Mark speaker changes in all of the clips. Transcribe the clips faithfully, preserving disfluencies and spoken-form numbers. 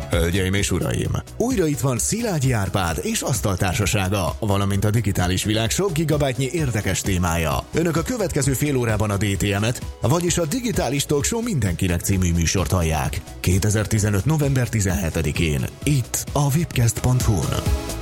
Speaker 1: Hölgyeim és uraim! Újra itt van Szilágyi Árpád és asztaltársasága, valamint a digitális világ sok gigabájtnyi érdekes témája. Önök a következő fél órában a dé té em-et, vagyis a Digitális Talk Show mindenkinek című műsort hallják. kétezer-tizenöt. november tizenhetedikén, itt a webcast pont hu-n.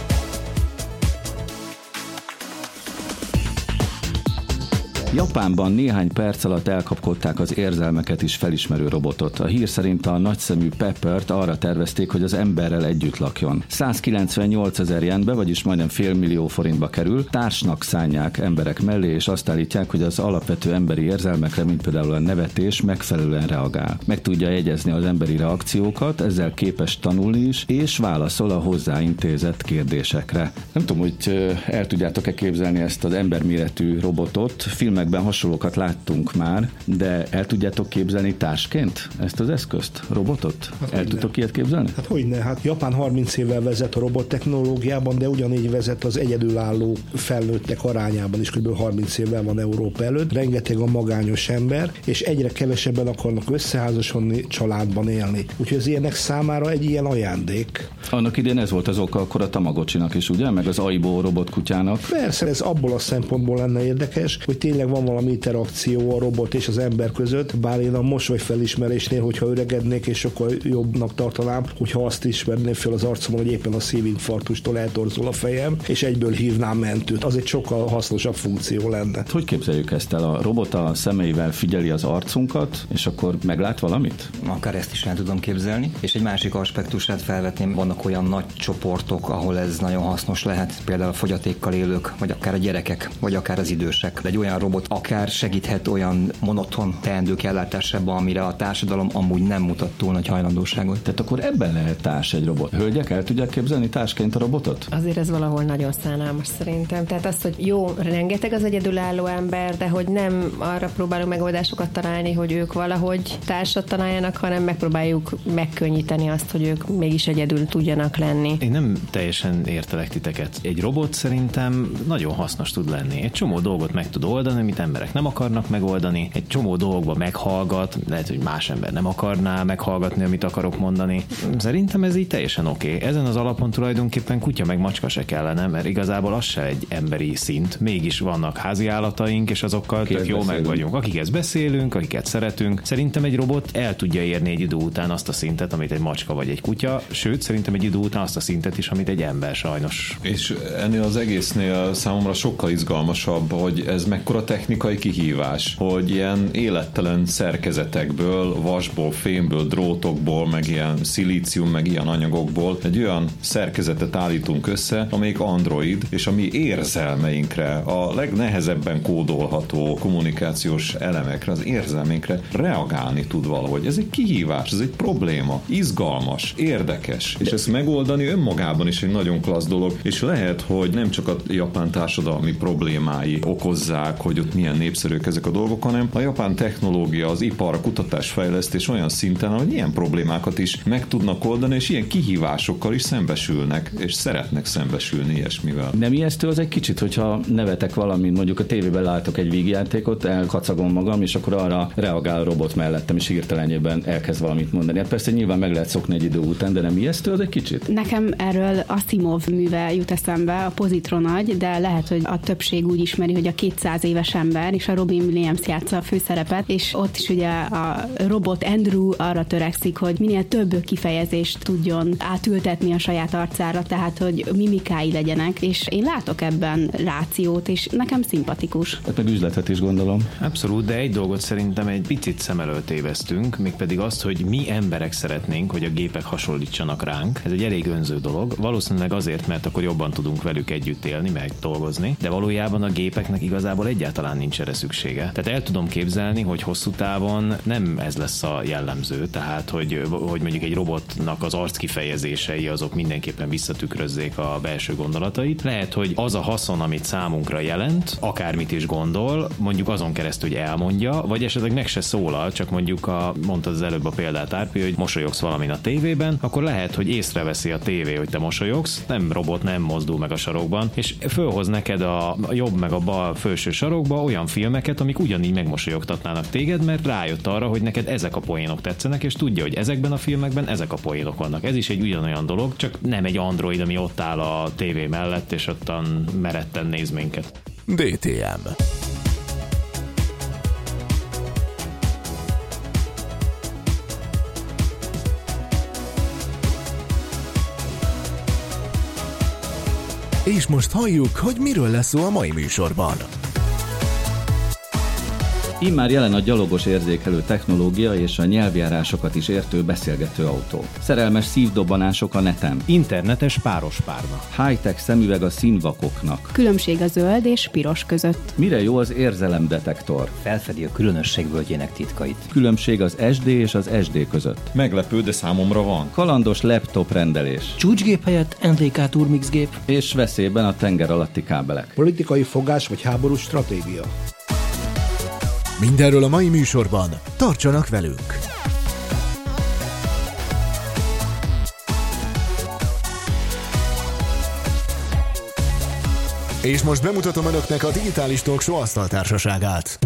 Speaker 2: Japánban néhány perc alatt elkapkodták az érzelmeket is felismerő robotot. A hír szerint a nagyszemű Peppert arra tervezték, hogy az emberrel együtt lakjon. százkilencvennyolcezer jenbe, vagyis majdnem fél millió forintba kerül, társnak szánják emberek mellé, és azt állítják, hogy az alapvető emberi érzelmekre, mint például a nevetés, megfelelően reagál. Meg tudja jegyezni az emberi reakciókat, ezzel képes tanulni is, és válaszol a hozzáintézett kérdésekre. Nem tudom, hogy el tudjátok-e képzelni ezt az emberméretű robotot. Filmekben hasonlókat láttunk már, de el tudjátok képzelni társként ezt az eszközt, robotot? Hát el tudtok ilyet képzelni?
Speaker 3: Hát hogyne, hát Japán harminc évvel vezet a robot technológiában, de ugyanígy vezet az egyedülálló felnőttek arányában is, kb. harminc évvel van Európa előtt. Rengeteg a magányos ember, és egyre kevesebben akarnak összeházasodni, családban élni. Úgyhogy az ilyenek számára egy ilyen ajándék.
Speaker 2: Annak idén ez volt az oka akkor a Tamagocsinak is, ugye? Meg az Aibo robotkutyának.
Speaker 3: Persze, ez abból a szempontból lenne érdekes, hogy tényleg van valami interakció a robot és az ember között, bár én a mosoly felismerésnél, hogyha öregednék, és sokkal jobbnak tartanám, hogyha azt ismerném fel az arcomon, hogy éppen a szívinfarktustól eltorzul a fejem, és egyből hívnám mentőt. Az egy sokkal hasznosabb funkció lenne.
Speaker 2: Hogy képzeljük ezt el? A robot a szemeivel figyeli az arcunkat, és akkor meglát valamit?
Speaker 4: Akár ezt is el tudom képzelni. És egy másik aspektusát felvetném, vannak olyan nagy csoportok, ahol ez nagyon hasznos lehet, például a fogyatékkal élők, vagy akár a gyerekek, vagy akár az idősek. Egy olyan robot akár segíthet olyan monoton teendők ellátásában, amire a társadalom amúgy nem mutat túl nagy hajlandóságot.
Speaker 2: Tehát akkor ebben lehet társ egy robot. Hölgyek el tudják képzelni társként a robotot?
Speaker 5: Azért ez valahol nagyon szánalmas szerintem. Tehát az, hogy jó, rengeteg az egyedülálló ember, de hogy nem arra próbálunk megoldásokat találni, hogy ők valahogy társat találjanak, hanem megpróbáljuk megkönnyíteni azt, hogy ők mégis egyedül tudjanak lenni.
Speaker 6: Én nem teljesen értelek titeket. Egy robot szerintem nagyon hasznos tud lenni. Egy csomó dolgot meg tud oldani, amit emberek nem akarnak megoldani. Egy csomó dolgokban meghallgat, lehet, hogy más ember nem akarná meghallgatni, amit akarok mondani. Szerintem ez így teljesen oké. Okay. Ezen az alapon tulajdonképpen kutya meg macska se kellene, mert igazából az se egy emberi szint. Mégis vannak házi állataink, és azokkal tök jó meg vagyunk. Akikhez beszélünk, akiket szeretünk. Szerintem egy robot el tudja érni egy idő után azt a szintet, amit egy macska vagy egy kutya, sőt, szerintem egy idő után azt a szintet is, amit egy ember sajnos.
Speaker 7: És ennél az egésznél számomra sokkal izgalmasabb, hogy ez mekkora technikai kihívás, hogy ilyen élettelen szerkezetekből, vasból, fémből, drótokból, meg ilyen szilícium, meg ilyen anyagokból egy olyan szerkezetet állítunk össze, amelyik android, és a mi érzelmeinkre, a legnehezebben kódolható kommunikációs elemekre, az érzelmeinkre reagálni tud valahogy. Ez egy kihívás, ez egy probléma, izgalmas, érdekes, és ezt megoldani önmagában is egy nagyon klassz dolog, és lehet, hogy nem csak a japán társadalmi problémái okozzák, hogy ott milyen népszerűek ezek a dolgok, hanem a japán technológia, az ipar, a kutatásfejlesztés olyan szinten, hogy ilyen problémákat is meg tudnak oldani, és ilyen kihívásokkal is szembesülnek, és szeretnek szembesülni ilyesmivel.
Speaker 2: Nem ijesztő az egy kicsit, hogyha nevetek valamint, mondjuk a tévében látok egy vígjátékot, elkacagom magam, és akkor arra reagál a robot mellettem, és hirtelenjében elkezd valamit mondani. Hát persze nyilván meg lehet szokni egy idő után, de nem ijesztő az egy kicsit?
Speaker 8: Nekem erről Asimov műve jut eszembe, a Pozitronagy, de lehet, hogy a többség úgy ismeri, hogy a kétszáz éves ember, és a Robin Williams játsza a főszerepet, és ott is ugye a robot Andrew arra törekszik, hogy minél több kifejezést tudjon átültetni a saját arcára, tehát hogy mimikái legyenek, és én látok ebben rációt, és nekem szimpatikus.
Speaker 2: Hát meg üzletet is gondolom.
Speaker 6: Abszolút, de egy dolgot szerintem egy picit szem előtt tévesztünk, mégpedig azt, hogy mi emberek szeretnénk, hogy a gépek hasonlítsanak ránk. Ez egy elég önző dolog. Valószínűleg azért, mert akkor jobban tudunk velük együtt élni, meg dolgozni, de valójában a gépeknek igazából egyáltalán nincs erre szüksége. Tehát el tudom képzelni, hogy hosszú távon nem ez lesz a jellemző, tehát hogy, hogy mondjuk egy robotnak az arckifejezései azok mindenképpen visszatükrözzék a belső gondolatait. Lehet, hogy az a haszon, amit számunkra jelent, akármit is gondol, mondjuk azon keresztül, hogy elmondja, vagy esetleg meg se szólal, csak mondjuk a, mondtad az előbb a példát, Árpi, hogy mosolyogsz valamin a tévében, akkor lehet, hogy észreveszi a tévé, hogy te mosolyogsz, nem robot, nem mozdul meg a sarokban, és fölhoz neked a jobb meg a bal felső sarokba, sorba olyan filmeket, amik ugyanígy megmosolyogtatnának téged, mert rájött arra, hogy neked ezek a poénok tetszenek, és tudja, hogy ezekben a filmekben ezek a poénok vannak. Ez is egy ugyanolyan dolog, csak nem egy android, ami ott áll a tévé mellett, és ottan meretten néz minket.
Speaker 1: dé té em. És most halljuk, hogy miről lesz szó a mai műsorban.
Speaker 2: Immár jelen a gyalogos érzékelő technológia és a nyelvjárásokat is értő beszélgető autó. Szerelmes szívdobbanások a neten.
Speaker 6: Internetes párospárna.
Speaker 2: High-tech szemüveg a színvakoknak.
Speaker 8: Különbség a zöld és piros között.
Speaker 2: Mire jó az érzelemdetektor?
Speaker 4: Felfedi a különösség völgyének titkait.
Speaker 2: Különbség az es dé és az es dé között.
Speaker 7: Meglepő, de számomra van.
Speaker 2: Kalandos laptop rendelés.
Speaker 9: Csúcsgép helyett en dé ká Turmix gép.
Speaker 2: És veszélyben a tenger alatti kábelek.
Speaker 3: Politikai fogás vagy háborús stratégia.
Speaker 1: Mindenről a mai műsorban. Tartsanak velünk! És most bemutatom önöknek a Digitális Talk Show asztaltársaságát.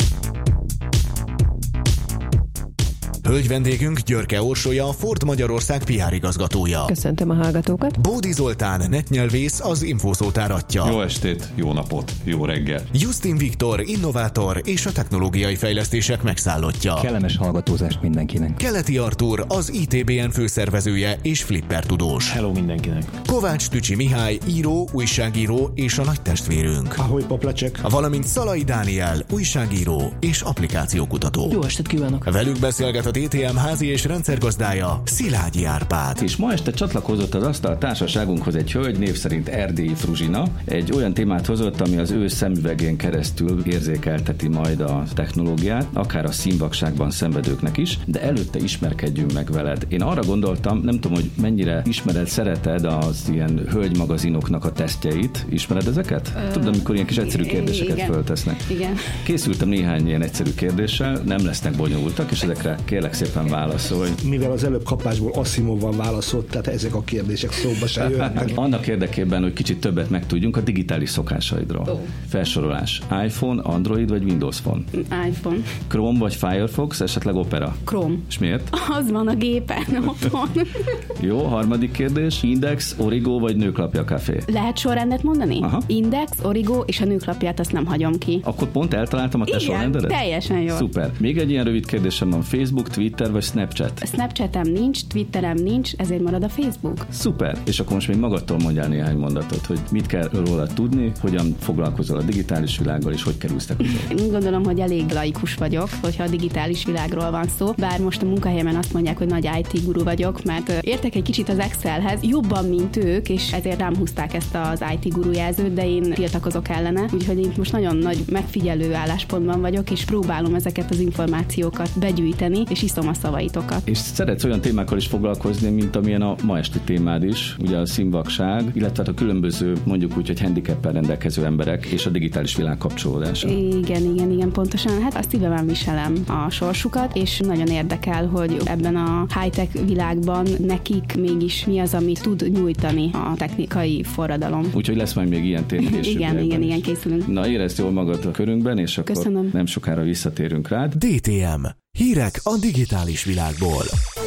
Speaker 1: Hölgy vendégünk Györke Orsolya, a Ford Magyarország pé er igazgatója.
Speaker 5: Köszöntöm a hallgatókat.
Speaker 1: Bódi Zoltán, netnyelvész, az Infószótár atya.
Speaker 7: Jó estét, jó napot, jó reggel.
Speaker 1: Justin Viktor, innovátor és a technológiai fejlesztések megszállottja.
Speaker 4: Kellemes hallgatózást mindenkinek.
Speaker 1: Keleti Artúr, az i té bé en főszervezője és flipper tudós.
Speaker 6: Hello mindenkinek.
Speaker 1: Kovács Tücsi Mihály, író, újságíró és a nagy testvérünk.
Speaker 3: Ahogy paplecsek.
Speaker 1: Valamint Szalai Dániel, újságíró és applikációkutató.
Speaker 9: Jó estét kívánok!
Speaker 1: Velük beszélget a dé té em házi és rendszergazdája, Szilágyi Árpád.
Speaker 2: És ma este csatlakozott az asztal társaságunkhoz egy hölgy, név szerint Erdélyi Fruzsina. Egy olyan témát hozott, ami az ő szemüvegén keresztül érzékelteti majd a technológiát, akár a színvakságban szenvedőknek is, de előtte ismerkedjünk meg veled. Én arra gondoltam, nem tudom, hogy mennyire ismered, szereted az ilyen hölgymagazinoknak a tesztjeit. Ismered ezeket? Ö... Tudod, amikor ilyen kis egyszerű kérdéseket
Speaker 8: igen.
Speaker 2: föltesznek.
Speaker 8: Igen.
Speaker 2: Készültem néhány ilyen egyszerű kérdéssel, nem lesznek bonyolultak, és ezekre kérlek szépen válaszolj.
Speaker 3: Mivel az előbb kapásból Asimovban válaszolt, tehát ezek a kérdések szóba se jöhetnek.
Speaker 2: Annak érdekében, hogy kicsit többet megtudjunk a digitális szokásaidról. Oh. Felsorolás. iPhone, Android vagy Windows Phone?
Speaker 8: iPhone.
Speaker 2: Chrome vagy Firefox, esetleg Opera?
Speaker 8: Chrome.
Speaker 2: És miért?
Speaker 8: Az van a gépen otthon.
Speaker 2: Jó, harmadik kérdés. Index, Origo vagy Nőklapja Café?
Speaker 8: Lehet sorrendet mondani?
Speaker 2: Aha.
Speaker 8: Index, Origo és a Nőklapját azt nem hagyom ki.
Speaker 2: Akkor pont eltaláltam a te sorrendedet?
Speaker 8: Teljesen jó.
Speaker 2: Szuper. Még egy ilyen rövid kérdésem van. Facebook, Twitter vagy Snapchat?
Speaker 8: Snapchatem nincs, Twitterem nincs, ezért marad a Facebook.
Speaker 2: Szuper. És akkor most még magadtól mondjál néhány mondatot, hogy mit kell róla tudni, hogyan foglalkozol a digitális világgal, és hogy kerülsz te között.
Speaker 8: Én gondolom, hogy elég laikus vagyok, hogyha a digitális világról van szó, bár most a munkahelyemen azt mondják, hogy nagy i té guru vagyok, mert értek egy kicsit az Excelhez, jobban, mint ők, és ezért rám húzták ezt az i té guru jelzőt, de én tiltakozok ellene, úgyhogy én most nagyon nagy megfigyelő álláspontban vagyok, és próbálom ezeket az információkat begyűjteni, és iszom a szavaitokat.
Speaker 2: És szeretsz olyan témákkal is foglalkozni, mint amilyen a ma esti témád is, ugye a színvakság, illetve a különböző, mondjuk úgy, hogy handicappel rendelkező emberek és a digitális világ kapcsolódása.
Speaker 8: Igen, igen, igen, pontosan. Hát a szívemen viselem a sorsukat, és nagyon érdekel, hogy ebben a high-tech világban nekik mégis mi az, ami tud nyújtani a technikai forradalom.
Speaker 2: Úgyhogy lesz majd még ilyen téma később.
Speaker 8: Igen, igen, igen, készülünk.
Speaker 2: Na, érezd jól magad a körünkben, és akkor
Speaker 8: Köszönöm.
Speaker 2: Nem sokára visszatérünk rád.
Speaker 1: dé té em. Hírek a digitális világból.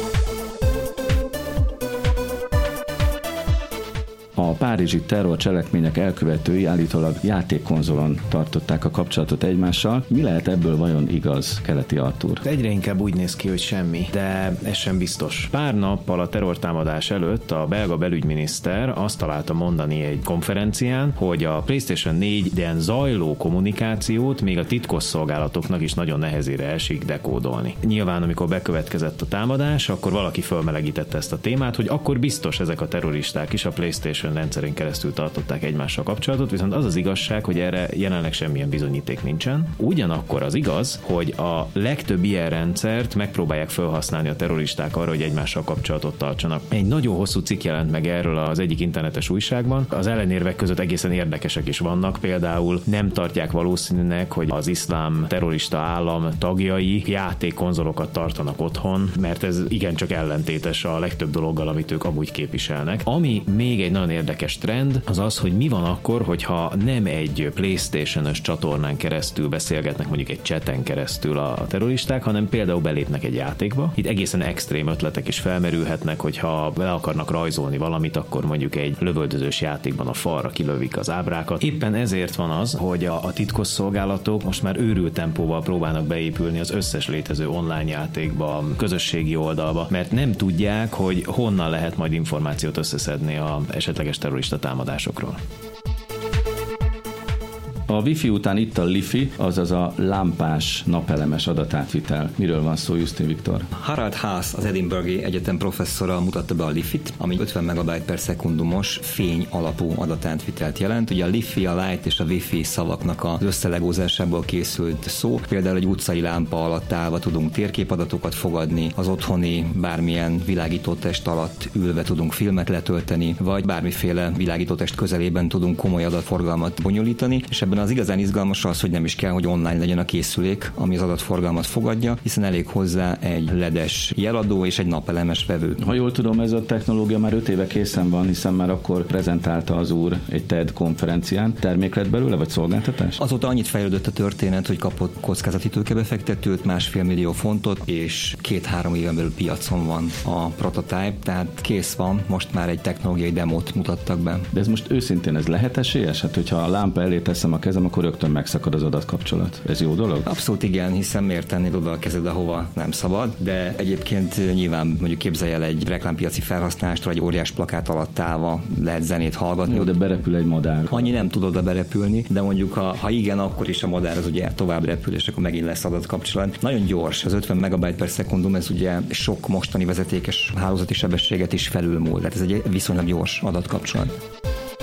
Speaker 2: A párizsi terrorcselekmények elkövetői állítólag játékkonzolon tartották a kapcsolatot egymással. Mi lehet ebből vajon igaz, Keleti Artúr?
Speaker 6: Egyre inkább úgy néz ki, hogy semmi, de ez sem biztos. Pár nappal a terrortámadás előtt a belga belügyminiszter azt találta mondani egy konferencián, hogy a PlayStation négyben zajló kommunikációt még a titkosszolgálatoknak is nagyon nehezére esik dekódolni. Nyilván, amikor bekövetkezett a támadás, akkor valaki fölmelegítette ezt a témát, hogy akkor biztos ezek a terroristák is a PlayStation rendszerén keresztül tartották egymással kapcsolatot, viszont az az igazság, hogy erre jelenleg semmilyen bizonyíték nincsen. Ugyanakkor az igaz, hogy a legtöbb ilyen rendszert megpróbálják felhasználni a terroristák arra, hogy egymással kapcsolatot tartsanak. Egy nagyon hosszú cikk jelent meg erről az egyik internetes újságban. Az ellenérvek között egészen érdekesek is vannak, például nem tartják valószínűnek, hogy az iszlám terrorista állam tagjai játékkonzolokat tartanak otthon, mert ez igencsak ellentétes a legtöbb dologgal, amit ők amúgy képviselnek. Ami még egy nagyon érdekes trend, az az, hogy mi van akkor, hogyha nem egy PlayStation-ös csatornán keresztül beszélgetnek mondjuk egy chaten keresztül a terroristák, hanem például belépnek egy játékba. Itt egészen extrém ötletek is felmerülhetnek, hogyha le akarnak rajzolni valamit, akkor mondjuk egy lövöldözős játékban a falra kilövik az ábrákat. Éppen ezért van az, hogy a, a titkosszolgálatok most már őrült tempóval próbálnak beépülni az összes létező online játékba, közösségi oldalba, mert nem tudják, hogy honnan lehet majd információt összeszedni a esetleges terrorista támadásokról.
Speaker 2: A Wi-Fi után itt a Li-Fi, azaz a lámpás napelemes adatátvitel. Miről van szó, Justin Viktor?
Speaker 4: Harald Haas, az Edinburghi Egyetem professzora mutatta be a Li-Fit, ami ötven megabyte per szekundumos fény alapú adatátvitelt jelent. Ugye a Li-Fi, a Light és a Wi-Fi szavaknak az összelegózásából készült szó. Például egy utcai lámpa alatt állva tudunk térképadatokat fogadni, az otthoni bármilyen világítótest alatt ülve tudunk filmet letölteni, vagy bármiféle világítótest közelében tudunk komoly adatforgalmat bonyolítani, és ebben az igazán izgalmas az, hogy nem is kell, hogy online legyen a készülék, ami az adatforgalmat fogadja, hiszen elég hozzá egy ledes jeladó és egy napelemes vevő.
Speaker 2: Ha jól tudom, ez a technológia már öt éve készen van, hiszen már akkor prezentálta az úr egy TED konferencián. Termék lett belőle, vagy szolgáltatás?
Speaker 4: Azóta annyit fejlődött a történet, hogy kapott kockázati tőkebefektetőt, másfél millió fontot, és két-három éven belül piacon van a prototype, tehát kész van, most már egy technológiai demót mutattak be.
Speaker 2: De ez most őszintén ez lehet esélyes? Hát, hogyha a lámpa elé teszem a kezem, akkor rögtön megszakad az adatkapcsolat. Ez jó dolog?
Speaker 4: Abszolút igen, hiszen miért tennéd oda a kezed, ahova nem szabad, de egyébként nyilván mondjuk képzelj el egy reklámpiaci felhasználást, vagy egy óriás plakát alatt állva lehet zenét hallgatni.
Speaker 2: Jó, de berepül egy madár.
Speaker 4: Annyi nem tud oda berepülni, de mondjuk ha, ha igen, akkor is a madár az ugye tovább repül, és akkor megint lesz adatkapcsolat. Nagyon gyors, az ötven megabyte per szekundum, ez ugye sok mostani vezetékes hálózati sebességet is felülmúl, tehát ez egy viszonylag gyors adatkapcsolat.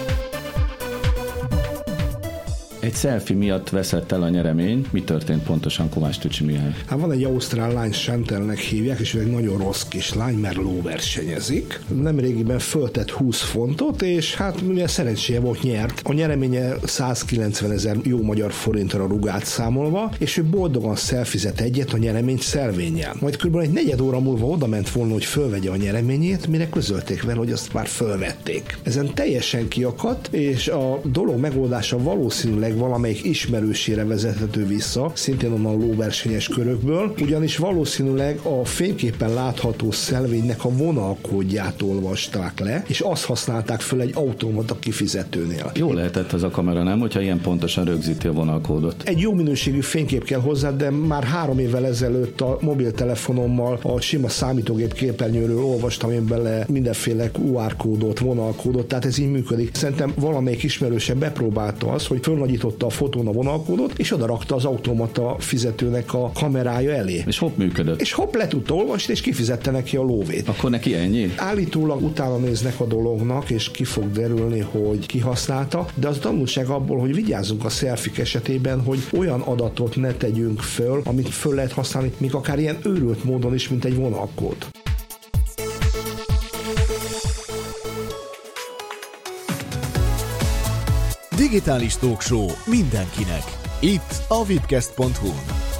Speaker 2: Egy selfie miatt veszett el a nyeremény. Mi történt pontosan, Kovács Tücsi Mihály?
Speaker 3: Hát van egy ausztrál lány, Chantelnek hívják, és ő egy nagyon rossz kislány, mert lóversenyezik. Nemrégiben föltett húsz fontot, és hát mivel szerencséje volt, nyert. A nyereménye százkilencvenezer jó magyar forintra rugát számolva, és ő boldogan szelfizett egyet a nyeremény szelvénnyel. Majd kb. Egy negyed óra múlva oda ment volna, hogy fölvegye a nyereményét, mire közölték vele, hogy azt már fölvették. Ezen teljesen kiakadt, és a dolog megoldása valószínűleg valamelyik ismerősére vezethető vissza, szintén onnan lóversenyes körökből, ugyanis valószínűleg a fényképen látható szelvénynek a vonalkódját olvasták le, és azt használták föl egy automata kifizetőnél.
Speaker 2: Jó lehetett az a kamera, nem, hogyha ilyen pontosan rögzíti a vonalkódot.
Speaker 3: Egy jó minőségű fénykép kell hozzá, de már három évvel ezelőtt a mobiltelefonommal a sima számítógép képernyőről olvastam én bele mindenféle u er kódot, vonalkódot, tehát ez így működik. Szerintem valamelyik ismerőse bepróbálta az, hogy fölnagyított a fotón a vonalkódot, és oda rakta az automata fizetőnek a kamerája elé.
Speaker 2: És hopp működött.
Speaker 3: És hopp le tudta olvasni, és kifizette neki a lóvét.
Speaker 2: Akkor neki ennyi?
Speaker 3: Állítólag utána néznek a dolognak, és ki fog derülni, hogy ki használta, de az tanulság abból, hogy vigyázzunk a selfie esetében, hogy olyan adatot ne tegyünk föl, amit föl lehet használni, még akár ilyen őrült módon is, mint egy vonalkód.
Speaker 1: Digitális Talk Show mindenkinek. Itt a webcast pont hu.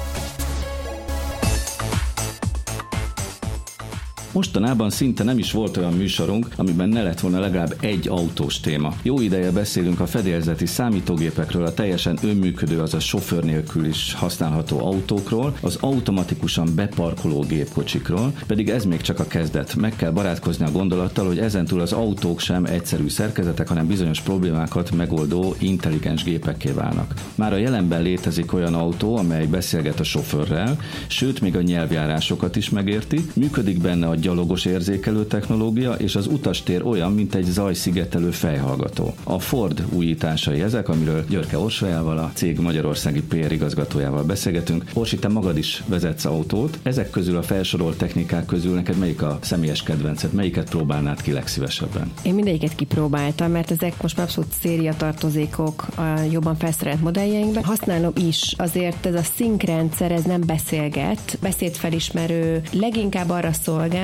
Speaker 2: Mostanában szinte nem is volt olyan műsorunk, amiben ne lett volna legalább egy autós téma. Jó ideje beszélünk a fedélzeti számítógépekről, a teljesen önműködő, azaz sofőr nélkül is használható autókról, az automatikusan beparkoló gépkocsikról, pedig ez még csak a kezdet. Meg kell barátkozni a gondolattal, hogy ezentúl az autók sem egyszerű szerkezetek, hanem bizonyos problémákat megoldó intelligens gépekké válnak. Már a jelenben létezik olyan autó, amely beszélget a sofőrrel, sőt még a nyelvjárásokat is megérti, működik benne a gyalogos érzékelő technológia, és az utastér olyan, mint egy zajszigetelő fejhallgató. A Ford újításai ezek, amiről Györke Orsolyával, a cég magyarországi pé er igazgatójával beszélgetünk. Orsi, te magad is vezetsz autót. Ezek közül a felsorolt technikák közül neked melyik a személyes kedvenced? Melyiket próbálnád ki legszívesebben?
Speaker 5: Én mindegyiket kipróbáltam, mert ezek most már abszolút széria tartozékok a jobban felszerelt modelljeinkben. Használom is, azért ez a szinkrendszer, ez nem beszélget, beszédfelismerő, leginkább arra szolgál,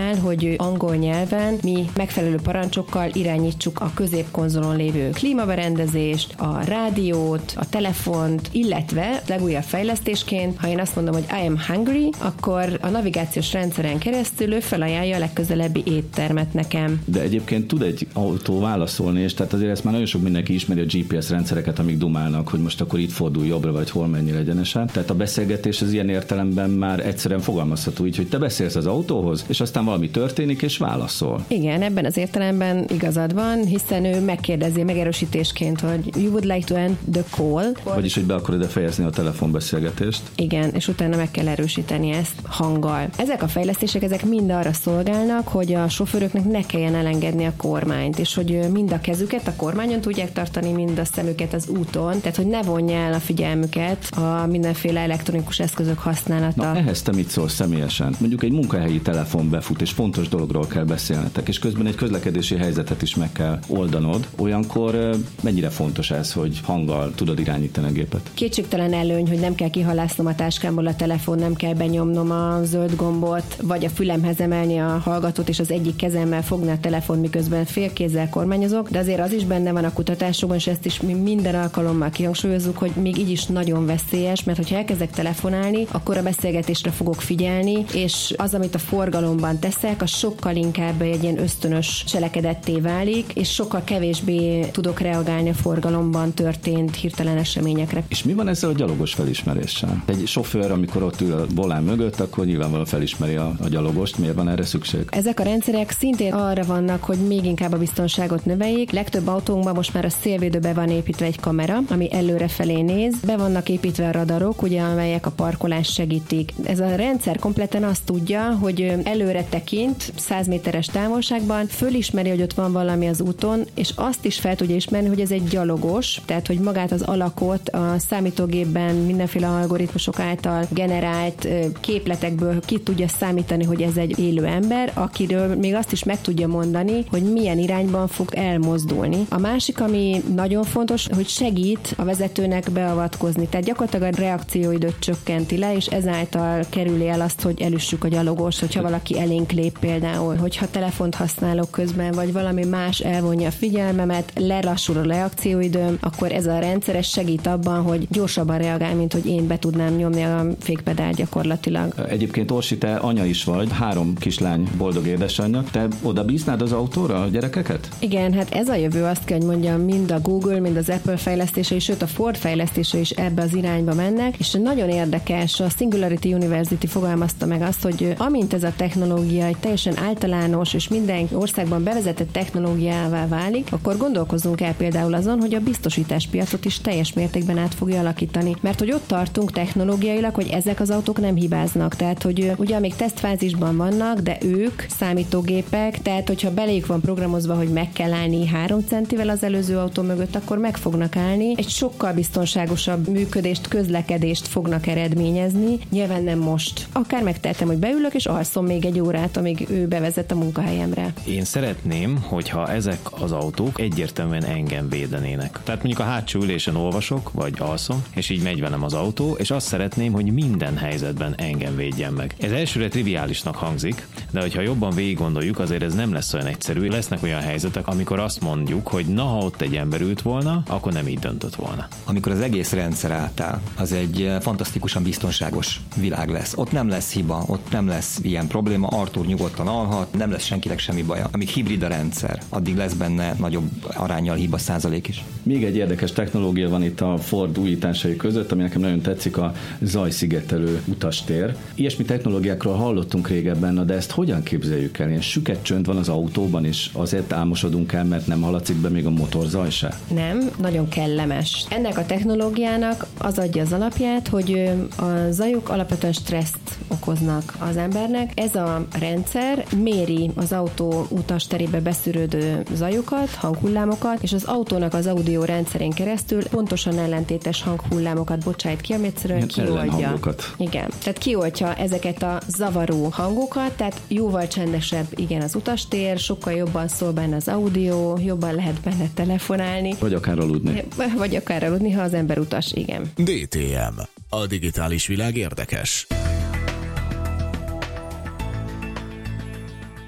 Speaker 5: áll, hogy angol nyelven mi megfelelő parancsokkal irányítsuk a középkonzolon lévő klímaberendezést, a rádiót, a telefont, illetve legújabb fejlesztésként, ha én azt mondom, hogy I am hungry, akkor a navigációs rendszeren keresztül ő felajánlja a legközelebbi éttermet nekem.
Speaker 2: De egyébként tud egy autó válaszolni, és tehát azért ezt már nagyon sok mindenki ismeri a gé pé es rendszereket, amik dumálnak, hogy most akkor itt fordulj jobbra, vagy hol menjél egyenesen. Tehát a beszélgetés az ilyen értelemben már egyszerűen fogalmazható így, hogy te beszélsz az autóhoz, és aztán valami történik, és válaszol.
Speaker 5: Igen, ebben az értelemben igazad van, hiszen ő megkérdezi megerősítésként, hogy you would like to end the call.
Speaker 2: Vagyis, hogy be akarod fejezni a telefonbeszélgetést.
Speaker 5: Igen, és utána meg kell erősíteni ezt hanggal. Ezek a fejlesztések, ezek mind arra szolgálnak, hogy a sofőröknek ne kelljen elengedni a kormányt, és hogy mind a kezüket a kormányon tudják tartani, mind a szemüket az úton, tehát hogy ne vonja el a figyelmüket a mindenféle elektronikus eszközök használata.
Speaker 2: Na, ehhez te mit szólsz személyesen? Mondjuk egy munkahelyi telefon befut, és fontos dologról kell beszélnetek, és közben egy közlekedési helyzetet is meg kell oldanod. Olyankor mennyire fontos ez, hogy hanggal tudod irányítani a gépet?
Speaker 5: Kétségtelen előny, hogy nem kell kihalásznom a táskámból a telefon, nem kell benyomnom a zöld gombot, vagy a fülemhez emelni a hallgatót, és az egyik kezemmel fogni a telefon, miközben félkézzel kormányozok, de azért az is benne van a kutatásokban, és ezt is mi minden alkalommal kihangsúlyozzuk, hogy még így is nagyon veszélyes, mert hogyha elkezdek telefonálni, akkor a beszélgetésre fogok figyelni, és az, amit a forgalomban teszek, az sokkal inkább egy ilyen ösztönös cselekedetté válik, és sokkal kevésbé tudok reagálni a forgalomban történt hirtelen eseményekre.
Speaker 2: És mi van ezzel a gyalogos felismeréssel? Egy sofőr, amikor ott ül a volán mögött, akkor nyilvánvalóan felismeri a, a gyalogost. Miért van erre szükség?
Speaker 5: Ezek a rendszerek szintén arra vannak, hogy még inkább a biztonságot növeljék. Legtöbb autónkban most már a szélvédőbe van építve egy kamera, ami előre felé néz. Be vannak építve a radarok, ugye, amelyek a parkolást segítik. Ez a rendszer kompletten azt tudja, hogy előre tekint száz méteres távolságban, fölismeri, hogy ott van valami az úton, és azt is fel tudja ismerni, hogy ez egy gyalogos, tehát hogy magát az alakot a számítógépben mindenféle algoritmusok által generált képletekből ki tudja számítani, hogy ez egy élő ember, akiről még azt is meg tudja mondani, hogy milyen irányban fog elmozdulni. A másik, ami nagyon fontos, hogy segít a vezetőnek beavatkozni, tehát gyakorlatilag a reakcióidőt csökkenti le, és ezáltal kerüli el azt, hogy elüssük a gyalogos, hogyha valaki elénk lép például, hogyha telefont használok közben, vagy valami más elvonja a figyelmemet, lelassul a reakcióidőm, akkor ez a rendszer segít abban, hogy gyorsabban reagál, mint hogy én be tudnám nyomni a fékpedál gyakorlatilag.
Speaker 2: Egyébként Orsi, te anya is vagy, három kislány boldog édesanyja. Te oda bíznád az autóra a gyerekeket?
Speaker 5: Igen, hát ez a jövő, azt kell, hogy mondjam, mind a Google, mind az Apple fejlesztése, sőt a Ford fejlesztése is ebbe az irányba mennek, és nagyon érdekes, a Singularity University fogalmazta meg azt, hogy amint ez a technológia egy teljesen általános és minden országban bevezetett technológiává válik, akkor gondolkozzunk el például azon, hogy a biztosításpiacot is teljes mértékben át fogja alakítani. Mert hogy ott tartunk technológiailag, hogy ezek az autók nem hibáznak. Tehát, hogy ugye még tesztfázisban vannak, de ők számítógépek, tehát hogyha beléjük van programozva, hogy meg kell állni három centivel az előző autó mögött, akkor meg fognak állni. Egy sokkal biztonságosabb működést, közlekedést fognak eredményezni. Nyilván nem most. Akár megtehetem, hogy beülök és alszom még egy órát, amíg ő bevezet a munkahelyemre.
Speaker 6: Én szeretném, hogyha ezek az autók egyértelműen engem védenének. Tehát mondjuk a hátsó ülésen olvasok, vagy alszom, és így megy velem az autó, és azt szeretném, hogy minden helyzetben engem védjen meg. Ez elsőre triviálisnak hangzik, de hogyha jobban végig gondoljuk, azért ez nem lesz olyan egyszerű. Lesznek olyan helyzetek, amikor azt mondjuk, hogy na, ha ott egy ember ült volna, akkor nem így döntött volna.
Speaker 4: Amikor az egész rendszer átáll, az egy fantasztikusan biztonságos világ lesz. Ott nem lesz hiba, ott nem lesz ilyen probléma, Artur nyugodtan alhat, nem lesz senkinek semmi baja. Amíg hibrid a rendszer, addig lesz benne nagyobb aránnyal hiba százalék is.
Speaker 2: Még egy érdekes technológia van itt a Ford újításai között, ami nekem nagyon tetszik, a zajszigetelő utastér. Ilyesmi technológiákról hallottunk régebben, de ezt hogyan képzeljük el? Ilyen süket csönd van az autóban, és azért álmosodunk el, mert nem hallatszik be még a motorzaj se?
Speaker 5: Nem, nagyon kellemes. Ennek a technológiának az adja az alapját, hogy a zajok alapvetően stresszt okoznak az embernek. Ez a rendszer méri az autó utasterébe beszűrődő zajokat, hanghullámokat, és az autónak az audio rendszerén keresztül pontosan ellentétes hanghullámokat bocsájt ki, amit egyszerűen kioltja. Igen. Tehát kioltja ezeket a zavaró hangokat, tehát jóval csendesebb, igen, az utastér, sokkal jobban szól benne az audio, jobban lehet benne telefonálni.
Speaker 2: Vagy akár aludni.
Speaker 5: Vagy akár aludni, ha az ember utas, igen.
Speaker 1: dé té em. A digitális világ érdekes.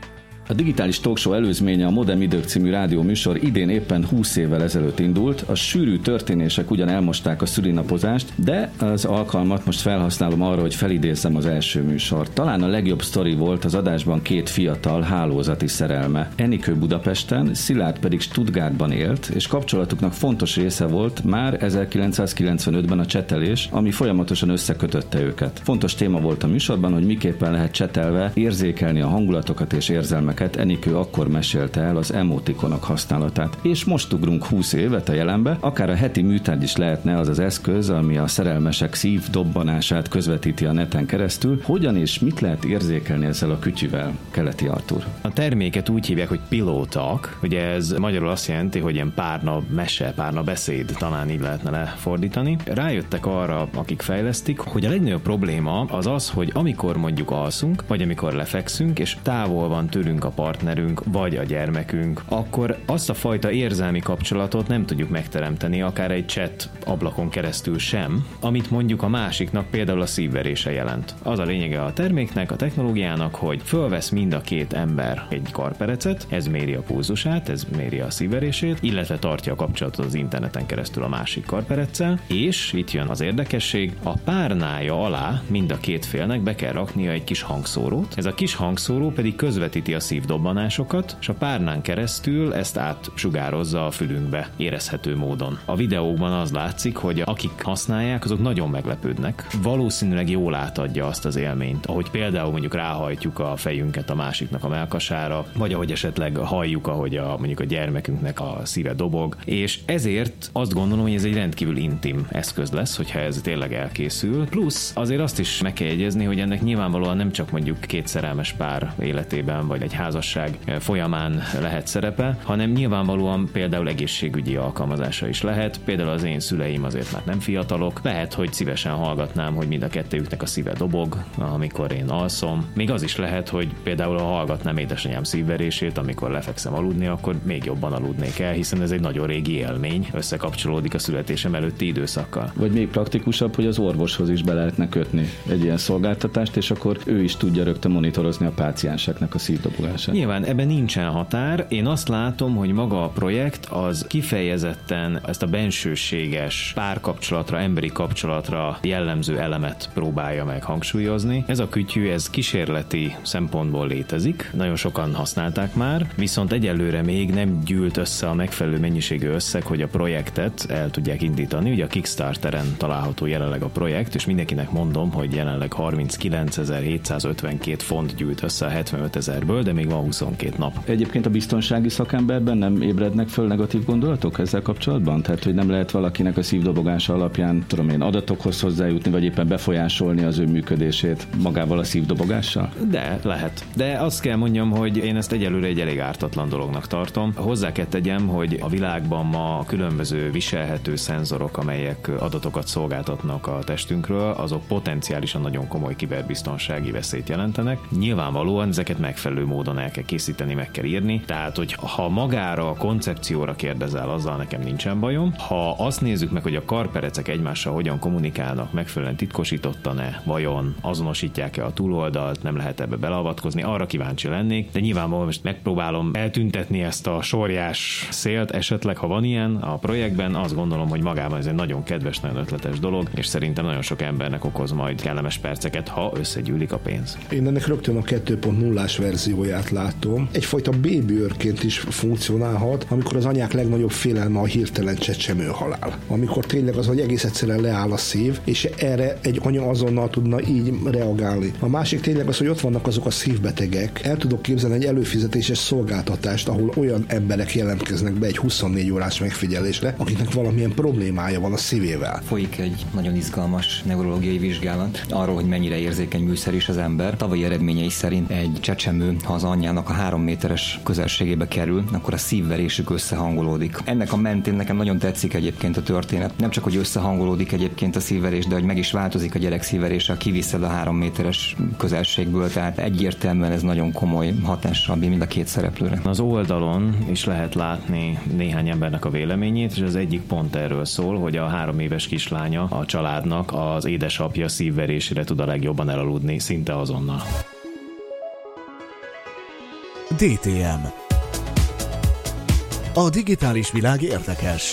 Speaker 2: A digitális talkshow előzménye, a Modern Idők című rádióműsor idén éppen húsz évvel ezelőtt indult. A sűrű történések ugyan elmosták a szülinapozást, de az alkalmat most felhasználom arra, hogy felidézzem az első műsort. Talán a legjobb sztori volt az adásban két fiatal hálózati szerelme. Enikő Budapesten, Szilárd pedig Stuttgartban élt, és kapcsolatuknak fontos része volt már ezerkilencszázkilencvenötben a csetelés, ami folyamatosan összekötötte őket. Fontos téma volt a műsorban, hogy miképpen lehet csetelve érzékelni a hangulatokat és érzelmeket. Enikő akkor mesélte el az emotikonok használatát. És most ugrunk húsz évet a jelenbe, akár a heti műtárgy is lehetne az az eszköz, ami a szerelmesek szívdobbanását közvetíti a neten keresztül. Hogyan és mit lehet érzékelni ezzel a kütyüvel, Keleti Artúr?
Speaker 6: A terméket úgy hívják, hogy Pillow Talk. Ugye ez magyarul azt jelenti, hogy ilyen párna mese, párna beszéd, talán így lehetne lefordítani. Rájöttek arra, akik fejlesztik, hogy a legnagyobb probléma az az, hogy amikor mondjuk alszunk, vagy amikor lefekszünk, és távol van tőlünk a partnerünk, vagy a gyermekünk, akkor azt a fajta érzelmi kapcsolatot nem tudjuk megteremteni, akár egy chat ablakon keresztül sem, amit mondjuk a másiknak például a szívverése jelent. Az a lényege a terméknek, a technológiának, hogy fölvesz mind a két ember egy karperecet, ez méri a pulzusát, ez méri a szívverését, illetve tartja a kapcsolatot az interneten keresztül a másik karpereccel, és itt jön az érdekesség, a párnája alá mind a két félnek be kell raknia egy kis hangszórót. Ez a kis hangszóró pedig közvetíti a szívdobbanásokat, és a párnán keresztül ezt átsugározza a fülünkbe érezhető módon. A videókban az látszik, hogy akik használják, azok nagyon meglepődnek. Valószínűleg jól átadja azt az élményt, ahogy például mondjuk ráhajtjuk a fejünket a másiknak a mellkasára, vagy ahogy esetleg halljuk, ahogy a, mondjuk a gyermekünknek a szíve dobog, és ezért azt gondolom, hogy ez egy rendkívül intim eszköz lesz, hogyha ez tényleg elkészül. Plusz azért azt is meg kell jegyezni, hogy ennek nyilvánvalóan nem csak mondjuk két szerelmes pár életében, vagy egy házasság folyamán lehet szerepe, hanem nyilvánvalóan például egészségügyi alkalmazása is lehet. Például az én szüleim azért már nem fiatalok. Lehet, hogy szívesen hallgatnám, hogy mind a kettőjüknek a szíve dobog, amikor én alszom. Még az is lehet, hogy például ha hallgatnám édesanyám szívverését, amikor lefekszem aludni, akkor még jobban aludnék el, hiszen ez egy nagyon régi élmény, összekapcsolódik a születésem előtti időszakkal.
Speaker 2: Vagy még praktikusabb, hogy az orvoshoz is be lehetne kötni egy ilyen szolgáltatást, és akkor ő is tudja rögtön monitorozni a pácienseknek a szívdobogását.
Speaker 6: Nyilván ebben nincsen határ. Én azt látom, hogy maga a projekt az kifejezetten ezt a bensőséges párkapcsolatra, emberi kapcsolatra jellemző elemet próbálja meg hangsúlyozni. Ez a kütyű, ez kísérleti szempontból létezik. Nagyon sokan használták már, viszont egyelőre még nem gyűlt össze a megfelelő mennyiségű összeg, hogy a projektet el tudják indítani. Ugye a Kickstarteren található jelenleg a projekt, és mindenkinek mondom, hogy jelenleg harminckilencezer-hétszázötvenkét font gyűlt össze a hetvenöt ezerből, de még van huszonkét nap.
Speaker 2: Egyébként a biztonsági szakemberben nem ébrednek föl negatív gondolatok ezzel kapcsolatban? Tehát, hogy nem lehet valakinek a szívdobogása alapján, tudom én, adatokhoz hozzájutni, vagy éppen befolyásolni az ő működését magával a szívdobogással?
Speaker 6: De, lehet. De azt kell mondjam, hogy én ezt egyelőre egy elég ártatlan dolognak tartom. Hozzá kell tegyem, hogy a világban ma különböző viselhető szenzorok, amelyek adatokat szolgáltatnak a testünkről, azok potenciálisan nagyon komoly kiberbiztonsági veszélyt jelentenek. Nyilvánvalóan ezeket megfelelő módon el kell készíteni, meg kell írni. Tehát, hogy ha magára a koncepcióra kérdezel, azzal nekem nincsen bajom. Ha azt nézzük meg, hogy a karperecek egymással hogyan kommunikálnak, megfelelően titkosítottan-e, vajon azonosítják-e a túloldalt, nem lehet ebbe beleavatkozni, arra kíváncsi lennék, de nyilvánvalóan most megpróbálom eltüntetni ezt a sorjás szélt, esetleg ha van ilyen a projektben, azt gondolom, hogy magában ez egy nagyon kedves, nagyon ötletes dolog, és szerintem nagyon sok embernek okoz majd kellemes perceket, ha összegyűlik a pénz.
Speaker 3: Én ennek rögtön a kettő pont nullás verzióját látom. Egyfajta babyőrként is funkcionálhat, amikor az anyák legnagyobb félelme a hirtelen csecsemő halál. Amikor tényleg az, hogy egész egyszerűen leáll a szív, és erre egy anya azonnal tudna így reagálni. A másik tényleg az, hogy ott vannak azok a szívbetegek. El tudok képzelni egy előfizetéses szolgáltatást, ahol olyan emberek jelentkeznek be egy huszonnégy órás megfigyelésre, akiknek valamilyen problémája van a szívével.
Speaker 4: Folyik egy nagyon izgalmas neurológiai vizsgálat arról, hogy mennyire érzékeny műszer is az ember. Tavalyi eredményei szerint egy csecsemő, ha az anyjának a három méteres közelségébe kerül, akkor a szívverésük összehangolódik. Ennek a mentén nekem nagyon tetszik egyébként a történet. Nem csak, hogy összehangolódik egyébként a szívverés, de hogy meg is változik a gyerek szívverése, kiviszed a három méteres közelségből, tehát egyértelműen ez nagyon komoly hatással bír mind a két szereplőre.
Speaker 6: Az oldalon is lehet látni néhány embernek a véleményét, és az egyik pont erről szól, hogy a három éves kislánya a családnak az édesapja szívverésére tud a legjobban elaludni, szinte azonnal.
Speaker 1: dé té em. A digitális világ érdekes.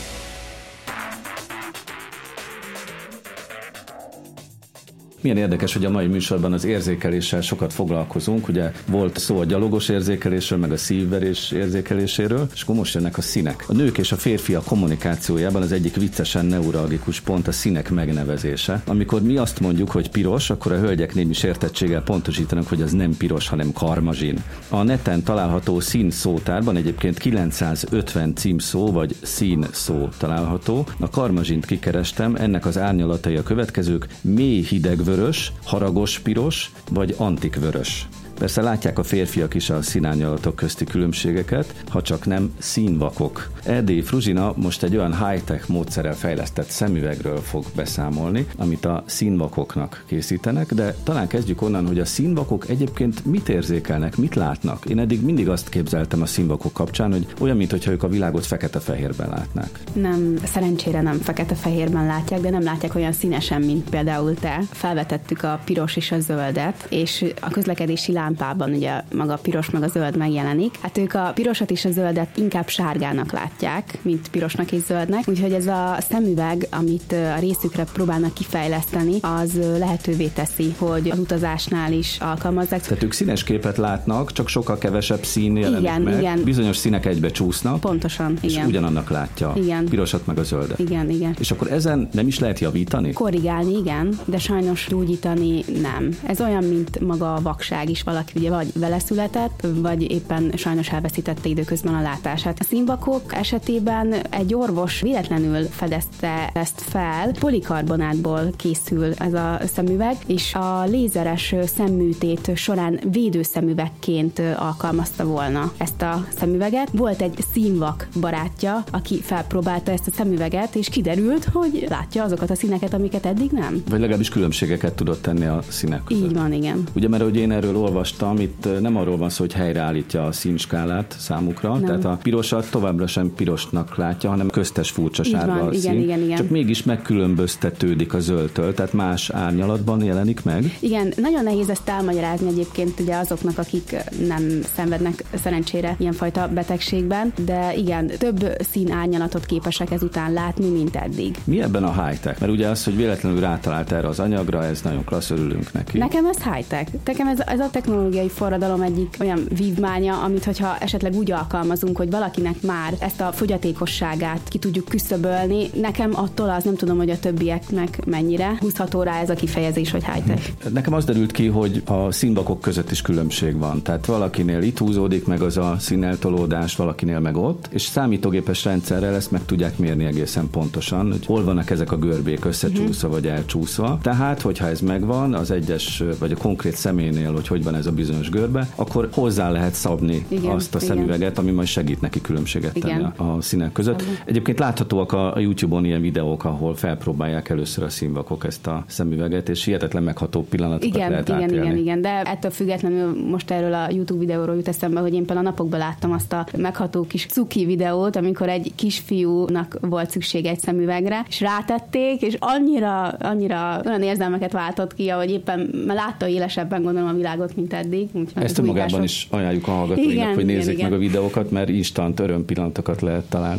Speaker 2: Milyen érdekes, hogy a mai műsorban az érzékeléssel sokat foglalkozunk. Ugye volt szó a gyalogos érzékelésről, meg a szívverés érzékeléséről, és akkor most jönnek a színek. A nők és a férfiak kommunikációjában az egyik viccesen neuralgikus pont a színek megnevezése. Amikor mi azt mondjuk, hogy piros, akkor a hölgyek némi sértettséggel pontosítanak, hogy az nem piros, hanem karmazsin. A neten található szín szótárban egyébként kilencszázötven címszó vagy szín szó található. A karmazsint kikerestem, ennek az árnyalatai a következők: mély hideg vörös, haragos piros vagy antik vörös. Persze látják a férfiak is a színárnyalatok közti különbségeket, ha csak nem színvakok. Erdélyi Fruzsina most egy olyan high-tech módszerrel fejlesztett szemüvegről fog beszámolni, amit a színvakoknak készítenek, de talán kezdjük onnan, hogy a színvakok egyébként mit érzékelnek, mit látnak. Én eddig mindig azt képzeltem a színvakok kapcsán, hogy olyan, mintha ők a világot fekete-fehérben látnák.
Speaker 8: Nem, szerencsére nem fekete-fehérben látják, de nem látják olyan színesen, mint például te. Felvetettük a piros és a zöldet, és a közlekedési lámpában ugye maga a piros meg a zöld megjelenik. Hát ők a pirosat és a zöldet inkább sárgának látják, mint pirosnak és zöldnek, úgyhogy ez a szemüveg, amit a részükre próbálnak kifejleszteni, az lehetővé teszi, hogy az utazásnál is alkalmazzák.
Speaker 2: Tehát ők színes képet látnak, csak sokkal kevesebb szín jelenik
Speaker 8: igen,
Speaker 2: meg.
Speaker 8: Igen.
Speaker 2: Bizonyos színek egybe csúsznak.
Speaker 8: Pontosan,
Speaker 2: és
Speaker 8: igen.
Speaker 2: ugyanannak látja.
Speaker 8: Igen.
Speaker 2: Pirosat meg a zöldet.
Speaker 8: Igen, igen.
Speaker 2: És akkor ezen nem is lehet javítani?
Speaker 8: Korrigálni, igen, de sajnos gyógyítani nem. Ez olyan, mint maga a vakság is, valaki ugye vagy vele született, vagy éppen sajnos elveszítette időközben a látását. A színvakok esetében egy orvos véletlenül fedezte ezt fel, polikarbonátból készül ez a szemüveg, és a lézeres szemműtét során védőszemüvegként alkalmazta volna ezt a szemüveget. Volt egy színvak barátja, aki felpróbálta ezt a szemüveget, és kiderült, hogy látja azokat a színeket, amiket eddig nem.
Speaker 2: Vagy legalábbis különbségeket tudott tenni a színek között.
Speaker 8: Így van, igen.
Speaker 2: Ugye, mert hogy én erről olvastam, itt nem arról van szó, hogy helyreállítja a színskálát számukra, nem. Tehát a pirosat továbbra sem pirosnak látja, hanem köztes furcsa sárga a szín.
Speaker 8: Igen, igen, igen.
Speaker 2: Csak mégis megkülönböztetődik a zöldtől, tehát más árnyalatban jelenik meg.
Speaker 8: Igen, nagyon nehéz ezt elmagyarázni egyébként ugye azoknak, akik nem szenvednek szerencsére ilyenfajta betegségben, de igen, több szín árnyalatot képesek ezután látni, mint eddig.
Speaker 2: Mi ebben a high-tech? Mert ugye az, hogy véletlenül rátalált erre az anyagra, ez nagyon klassz, örülünk neki.
Speaker 8: Nekem ez high-tech. Nekem ez, ez a technológiai forradalom egyik olyan vívmánya, amit hogyha esetleg úgy alkalmazunk, hogy valakinek már ezt a fogyatékosságát ki tudjuk küszöbölni, nekem attól az, nem tudom, hogy a többieknek mennyire húzható rá ez a kifejezés, hogy high-tech.
Speaker 2: Nekem az derült ki, hogy a színvakok között is különbség van. Tehát valakinél itt húzódik meg az a színeltolódás, valakinél meg ott, és számítógépes rendszerrel ezt meg tudják mérni egészen pontosan, hogy hol vannak ezek a görbék összecsúszva vagy elcsúszva. Tehát, hogyha ez megvan az egyes, vagy a konkrét személynél, hogy hogy van ez a bizonyos görbe, akkor hozzá lehet szabni igen, azt a szemüveget, igen. ami majd segít neki különbséget tenni a, a színek között. Igen. Egyébként láthatóak a, a YouTube-on ilyen videók, ahol felpróbálják először a színvakok ezt a szemüveget, és hihetetlen megható pillanatokat
Speaker 8: igen,
Speaker 2: lehet
Speaker 8: igen,
Speaker 2: átélni.
Speaker 8: Igen, igen, de ettől függetlenül most erről a YouTube videóról jut eszembe, hogy én például a napokban láttam azt a megható kis cuki videót, amikor egy kisfiúnak volt szüksége egy szemüvegre, és rátették, és annyira, annyira olyan érzelmeket váltott ki, ahogy éppen látta élesebben gondolom a világot, mint eddig.
Speaker 2: Ezt magában is ajánljuk a hallgatóinak, hogy nézzék igen, meg igen. a videókat, mert instant örömpillanatokat lehet találni.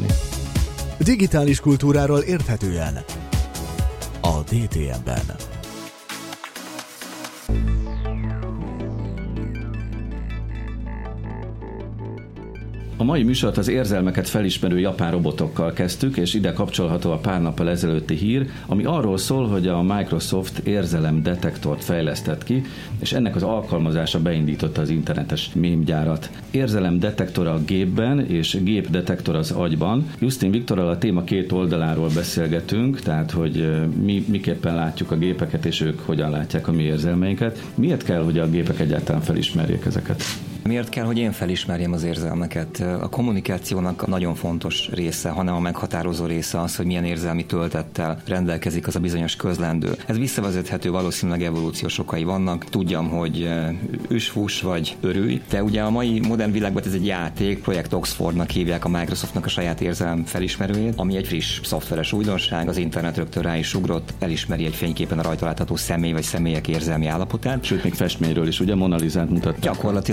Speaker 1: Digitális kultúráról érthetően a dé té em-ben.
Speaker 2: A mai műsort az érzelmeket felismerő japán robotokkal kezdtük, és ide kapcsolható a pár nappal ezelőtti hír, ami arról szól, hogy a Microsoft érzelemdetektort fejlesztett ki, és ennek az alkalmazása beindította az internetes mémgyárat. Érzelemdetektor a gépben, és gépdetektor az agyban. Justin Viktorral a téma két oldaláról beszélgetünk, tehát hogy mi miképpen látjuk a gépeket, és ők hogyan látják a mi érzelmeinket. Miért kell, hogy a gépek egyáltalán felismerjék ezeket?
Speaker 4: Miért kell, hogy én felismerjem az érzelmeket? A kommunikációnak nagyon fontos része, hanem a meghatározó része az, hogy milyen érzelmi töltettel rendelkezik az a bizonyos közlendő. Ez visszavezethető, valószínűleg evolúciós okai vannak. Tudjam, hogy üs-fuss vagy örülj, de ugye a mai modern világban ez egy játék, Projekt Oxfordnak hívják a Microsoftnak a saját érzelem felismerőjét, ami egy friss szoftveres újdonság, az internet rögtön rá is ugrott, elismeri egy fényképen a rajta látható személy vagy személyek érzelmi állapotát.
Speaker 2: Sőt, még festményről is, ugye Mona Lisát mutatták.
Speaker 4: Gyakorlatilag bármi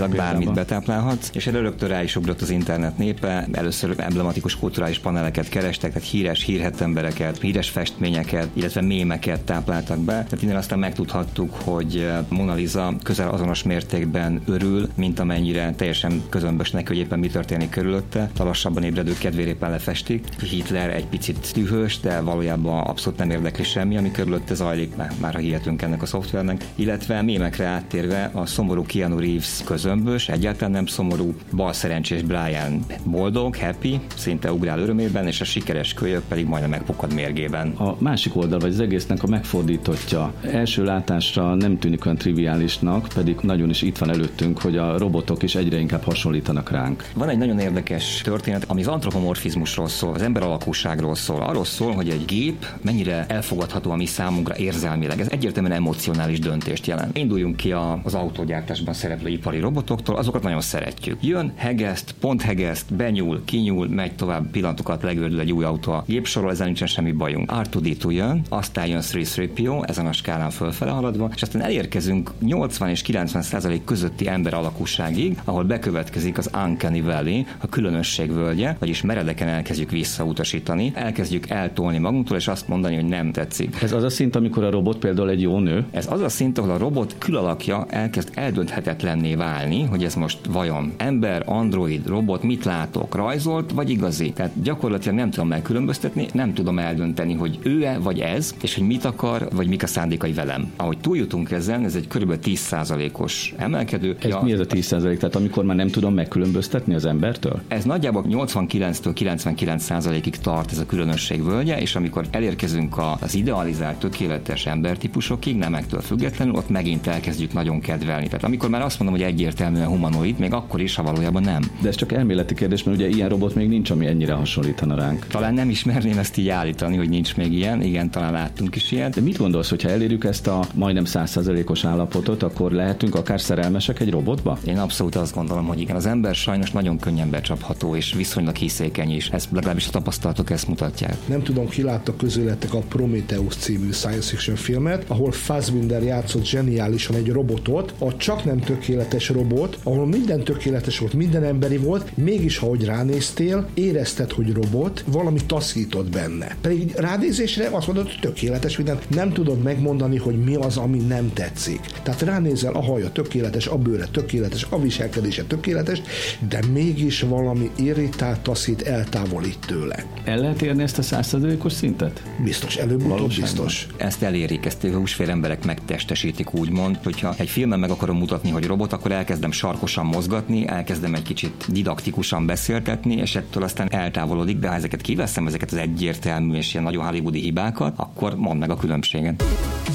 Speaker 4: amit betáplálhatsz, és erre rögtön rá is ugrott az internet népe. Először emblematikus kulturális paneleket kerestek, tehát híres hírhettembereket, híres festményeket, illetve mémeket tápláltak be. Tehát innen aztán megtudhattuk, hogy Mona Lisa közel azonos mértékben örül, mint amennyire teljesen közömbös neki, hogy éppen mi történik körülötte. A lassabban ébredő kedvére éppen lefestik. Hitler egy picit tühös, de valójában abszolút nem érdekli semmi, ami körülötte zajlik, már, már ha hihetünk ennek a szoftvernek. Illetve mémekre áttérve a szomorú Keanu Reeves közömbös, egyáltalán nem szomorú, balszerencsés Brian boldog, happy, szinte ugrál örömében, és a sikeres kölyök pedig majdnem megpukad mérgében.
Speaker 2: A másik oldal, vagy az egésznek a megfordítottja. Első látásra nem tűnik olyan triviálisnak, pedig nagyon is itt van előttünk, hogy a robotok is egyre inkább hasonlítanak ránk.
Speaker 4: Van egy nagyon érdekes történet, ami az antropomorfizmusról szól, az ember alakúságról szól. Arról szól, hogy egy gép mennyire elfogadható a mi számunkra érzelmileg. Ez egyértelműen emocionális döntést jelent. Induljunk ki a, az autógyártásban szereplő ipari robotoktól, azokat nagyon szeretjük. Jön, hegeszt, pont hegeszt, benyúl, kinyúl, megy tovább, pillanatokat legördül egy új autó a gépsorról, ezzel nincsen semmi bajunk. er kettő dé kettő jön, aztán jön három há pé o, ezen a skálán fölfele haladva, és aztán elérkezünk nyolcvan és kilencven százalék közötti ember alakúságig, ahol bekövetkezik az Uncanny Valley, a különösség völgye, vagyis meredeken elkezdjük visszautasítani, elkezdjük eltolni magunktól, és azt mondani, hogy nem tetszik.
Speaker 2: Ez az a szint, amikor a robot például egy jó nő?
Speaker 4: Ez az a szint, ahol a robot külalakja elkezd eldönthetetlenné válni, hogy ez most vajon ember, android, robot, mit látok, rajzolt vagy igazi. Tehát gyakorlatilag nem tudom megkülönböztetni, nem tudom eldönteni, hogy ő-e vagy ez, és hogy mit akar, vagy mik a szándékai velem. Ahogy túljutunk ezen, ez egy kb. tíz százalékos emelkedő.
Speaker 2: Ez ja, mi ez a tíz százalék? Tehát amikor már nem tudom megkülönböztetni az embertől?
Speaker 4: Ez nagyjából nyolcvankilenctől kilencvenkilenc százalékig tart ez a különösség völgye, és amikor elérkezünk az idealizált, tökéletes embertípusokig, nemektől függetlenül, ott megint elkezdjük nagyon kedvelni. Tehát amikor már azt mondom, hogy egyértelműen humanoid, még akkor is, ha valójában nem.
Speaker 2: De ez csak elméleti kérdés, mert ugye ilyen robot még nincs, ami ennyire hasonlítana ránk.
Speaker 4: Talán nem ismerném ezt így állítani, hogy nincs még ilyen. Igen, talán láttunk is ilyet.
Speaker 2: De mit gondolsz, hogyha elérjük ezt a majdnem száz százalékos állapotot, akkor lehetünk akár szerelmesek egy robotba?
Speaker 4: Én abszolút azt gondolom, hogy igen. Az ember sajnos nagyon könnyen becsapható és viszonylag hiszékeny is. Ez legalábbis a tapasztalatok ezt mutatják.
Speaker 3: Nem tudom, ki látta közületek a Prometheus című science fiction filmet, ahol Fassbinder játszott zseniálisan egy robotot, a csak nem tökéletes robot, ahol minden tökéletes volt, minden emberi volt, mégis, ha hogy ránéztél, érezted, hogy robot, valami taszított benne. Pedig ránézésre azt mondod, hogy tökéletes minden, nem tudod megmondani, hogy mi az, ami nem tetszik. Tehát ránézel, a haja tökéletes, a bőre tökéletes, a viselkedése tökéletes, de mégis valami irritál, taszít, eltávolít tőle.
Speaker 2: El lehet érni ezt a száz százalékos szintet?
Speaker 3: Biztos, előbb-utóbb biztos.
Speaker 4: Ezt elérik, ezt a húsvér emberek megtestesítik, úgymond, hogyha egy filmen meg akarom mutatni, hogy robot, akkor elkezdem sarkosan mozgatni, elkezdem egy kicsit didaktikusan beszéltetni, és ettől aztán eltávolodik, de ha ezeket kiveszem, ezeket az egyértelmű és ilyen nagyon hollywoodi hibákat, akkor mondd meg a különbséget.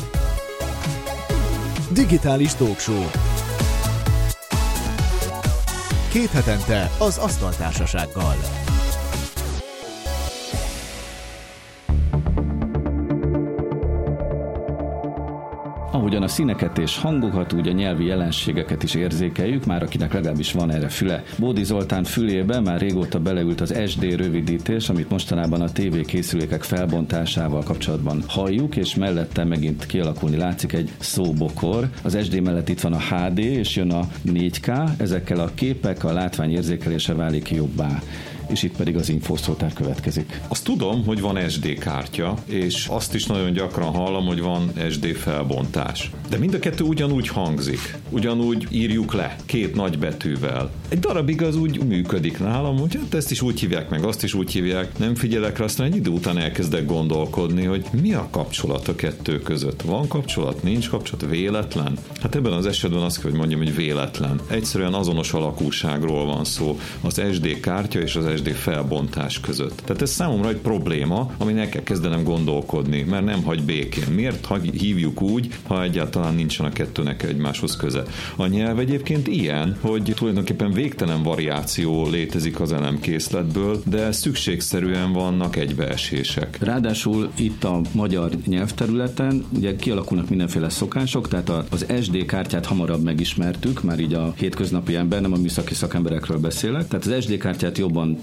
Speaker 1: Digitális Talkshow. Két hetente az Asztaltársasággal.
Speaker 2: Ahogyan a színeket és hangokat, úgy a nyelvi jelenségeket is érzékeljük, már akinek legalábbis van erre füle. Bódi Zoltán fülébe már régóta beleült az es dé rövidítés, amit mostanában a tévékészülékek felbontásával kapcsolatban halljuk, és mellette megint kialakulni látszik egy szóbokor. Az es dé mellett itt van a há dé, és jön a négy ká, ezekkel a képek, a látvány érzékelése válik jobbá. És itt pedig az infószótár következik.
Speaker 7: Azt tudom, hogy van es dé kártya, és azt is nagyon gyakran hallom, hogy van es dé felbontás. De mind a kettő ugyanúgy hangzik, ugyanúgy írjuk le, két nagy betűvel. Egy darabig az úgy működik nálam, hogy hát ezt is úgy hívják, meg azt is úgy hívják, nem figyelek rá, aztán egy idő után elkezdek gondolkodni, hogy mi a kapcsolat a kettő között. Van kapcsolat, nincs kapcsolat, véletlen? Hát ebben az esetben azt kell, hogy mondjam, hogy véletlen. Egyszerűen azonos alakúságról van szó, az es dé kártya és az es dé felbontás között. Tehát ez számomra egy probléma, amin el kell kezdenem gondolkodni, mert nem hagy békén. Miért hívjuk úgy, ha egyáltalán nincsen a kettőnek egymáshoz köze? A nyelv egyébként ilyen, hogy tulajdonképpen végtelen variáció létezik az elemkészletből, de szükségszerűen vannak egybeesések.
Speaker 2: Ráadásul itt a magyar nyelvterületen ugye kialakulnak mindenféle szokások, tehát az es dé kártyát hamarabb megismertük, már így a hétköznapi ember, nem a műszaki szakemberekről beszélek, tehát az es dé kártyát jobban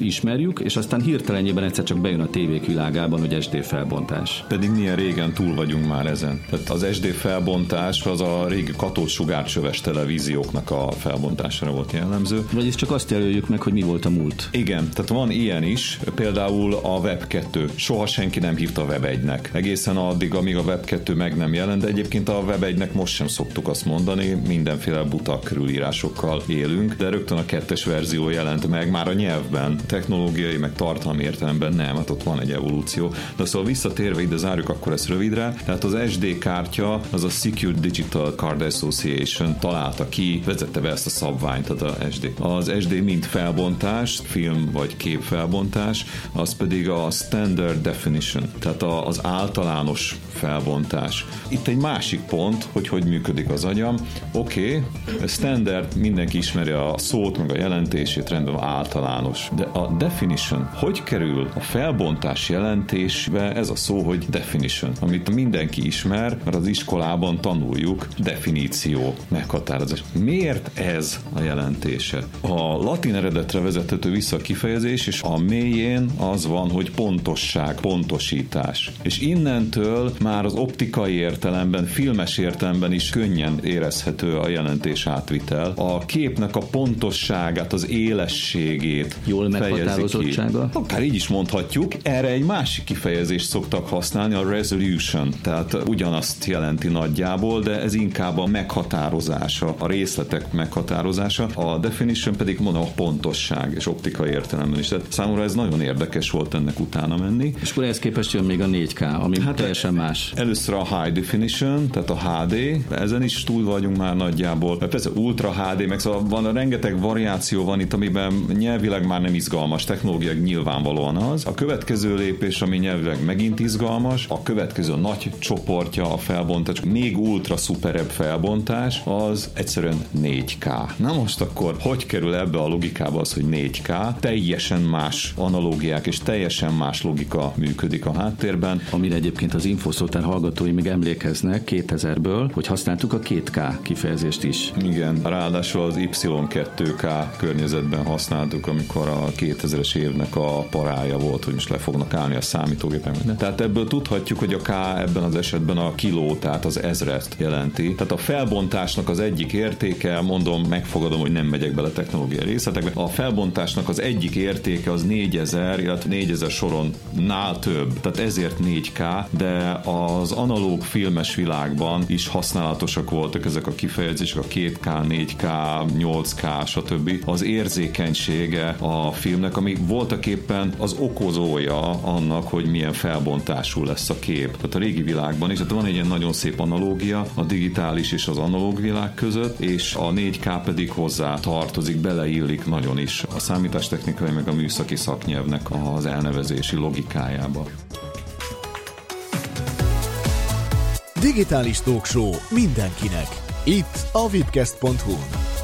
Speaker 2: ismerjük, és aztán hirtelenjében egyszer csak bejön a tévék világában, hogy es dé felbontás.
Speaker 7: Pedig milyen régen túl vagyunk már ezen. Tehát az es dé felbontás az a régi katódsugárcsöves televízióknak a felbontására volt jellemző.
Speaker 2: Vagyis csak azt jelöljük meg, hogy mi volt a múlt.
Speaker 7: Igen, tehát van ilyen is, például a web kettő. Soha senki nem hívta web egynek. Egészen addig, amíg a web kettő meg nem jelent, de egyébként a web egynek most sem szoktuk azt mondani, mindenféle buta körülírásokkal élünk, de rögtön a kettes verzió jelent meg, már a nyelvben, technológiai, meg tartalmi értelemben nem, hát ott van egy evolúció. De szóval visszatérve ide zárjuk akkor ezt rövidre, tehát az es dé kártya, az a Secure Digital Card Association találta ki, vezette be ezt a szabványt, tehát a es dé. Az es dé mint felbontás, film vagy kép felbontás, az pedig a Standard Definition, tehát az általános felbontás. Itt egy másik pont, hogy hogy működik az agyam. Oké, okay, standard, mindenki ismeri a szót, meg a jelentését, rendben általános. De a definition, hogy kerül a felbontás jelentésbe ez a szó, hogy definition, amit mindenki ismer, mert az iskolában tanuljuk, definíció, meghatározás. Miért ez a jelentése? A latin eredetre vezethető vissza a kifejezés, és a mélyén az van, hogy pontosság, pontosítás. És innentől már az optikai értelemben, filmes értelemben is könnyen érezhető a jelentés átvitel. A képnek a pontosságát, az élességét
Speaker 2: jól meghatározottsága.
Speaker 7: Akár így is mondhatjuk. Erre egy másik kifejezést szoktak használni, a resolution, tehát ugyanazt jelenti nagyjából, de ez inkább a meghatározása, a részletek meghatározása, a definition pedig mondom a pontosság és optikai értelemben is. Tehát számomra ez nagyon érdekes volt ennek utána menni.
Speaker 2: És akkor ehhez képest jön még a négy ká, ami hát teljesen más.
Speaker 7: Először a high definition, tehát a há dé, ezen is túl vagyunk már nagyjából. Persze ultra há dé, meg szóval van, rengeteg variáció van itt, amiben nyelvileg már nem izgalmas, technológiák nyilvánvalóan az. A következő lépés, ami nyelvileg megint izgalmas, a következő nagy csoportja a felbontás, még ultra szuperebb felbontás, az egyszerűen négy ká. Na most akkor hogy kerül ebbe a logikába az, hogy négy ká? Teljesen más analógiák és teljesen más logika működik a háttérben.
Speaker 2: Amire egyébként az Infoszótár hallgatói még emlékeznek kétezerből, hogy használtuk a két ká kifejezést is.
Speaker 7: Igen, ráadásul az Y kettő ká környezetben használtuk, amikor a kétezres évnek a parája volt, hogy most le fognak állni a számítógépen. Tehát ebből tudhatjuk, hogy a K ebben az esetben a kiló, tehát az ezret jelenti. Tehát a felbontásnak az egyik értéke, mondom, megfogadom, hogy nem megyek bele technológiai részletekbe, a felbontásnak az egyik értéke az négyezer, illetve négyezer soronnál több, tehát ezért négy ká, de az analóg filmes világban is használatosak voltak ezek a kifejezések, a két ká, négy ká, nyolc ká, stb. Az érzékenysége a filmnek, ami voltaképpen az okozója annak, hogy milyen felbontású lesz a kép. Tehát a régi világban is, tehát van egy ilyen nagyon szép analógia a digitális és az analóg világ között, és a négy ká pedig hozzá tartozik, beleillik nagyon is a számítástechnikai meg a műszaki szaknyelvnek az elnevezési logikájába.
Speaker 1: Digitális Talk Show mindenkinek. Itt a webcast pont hu.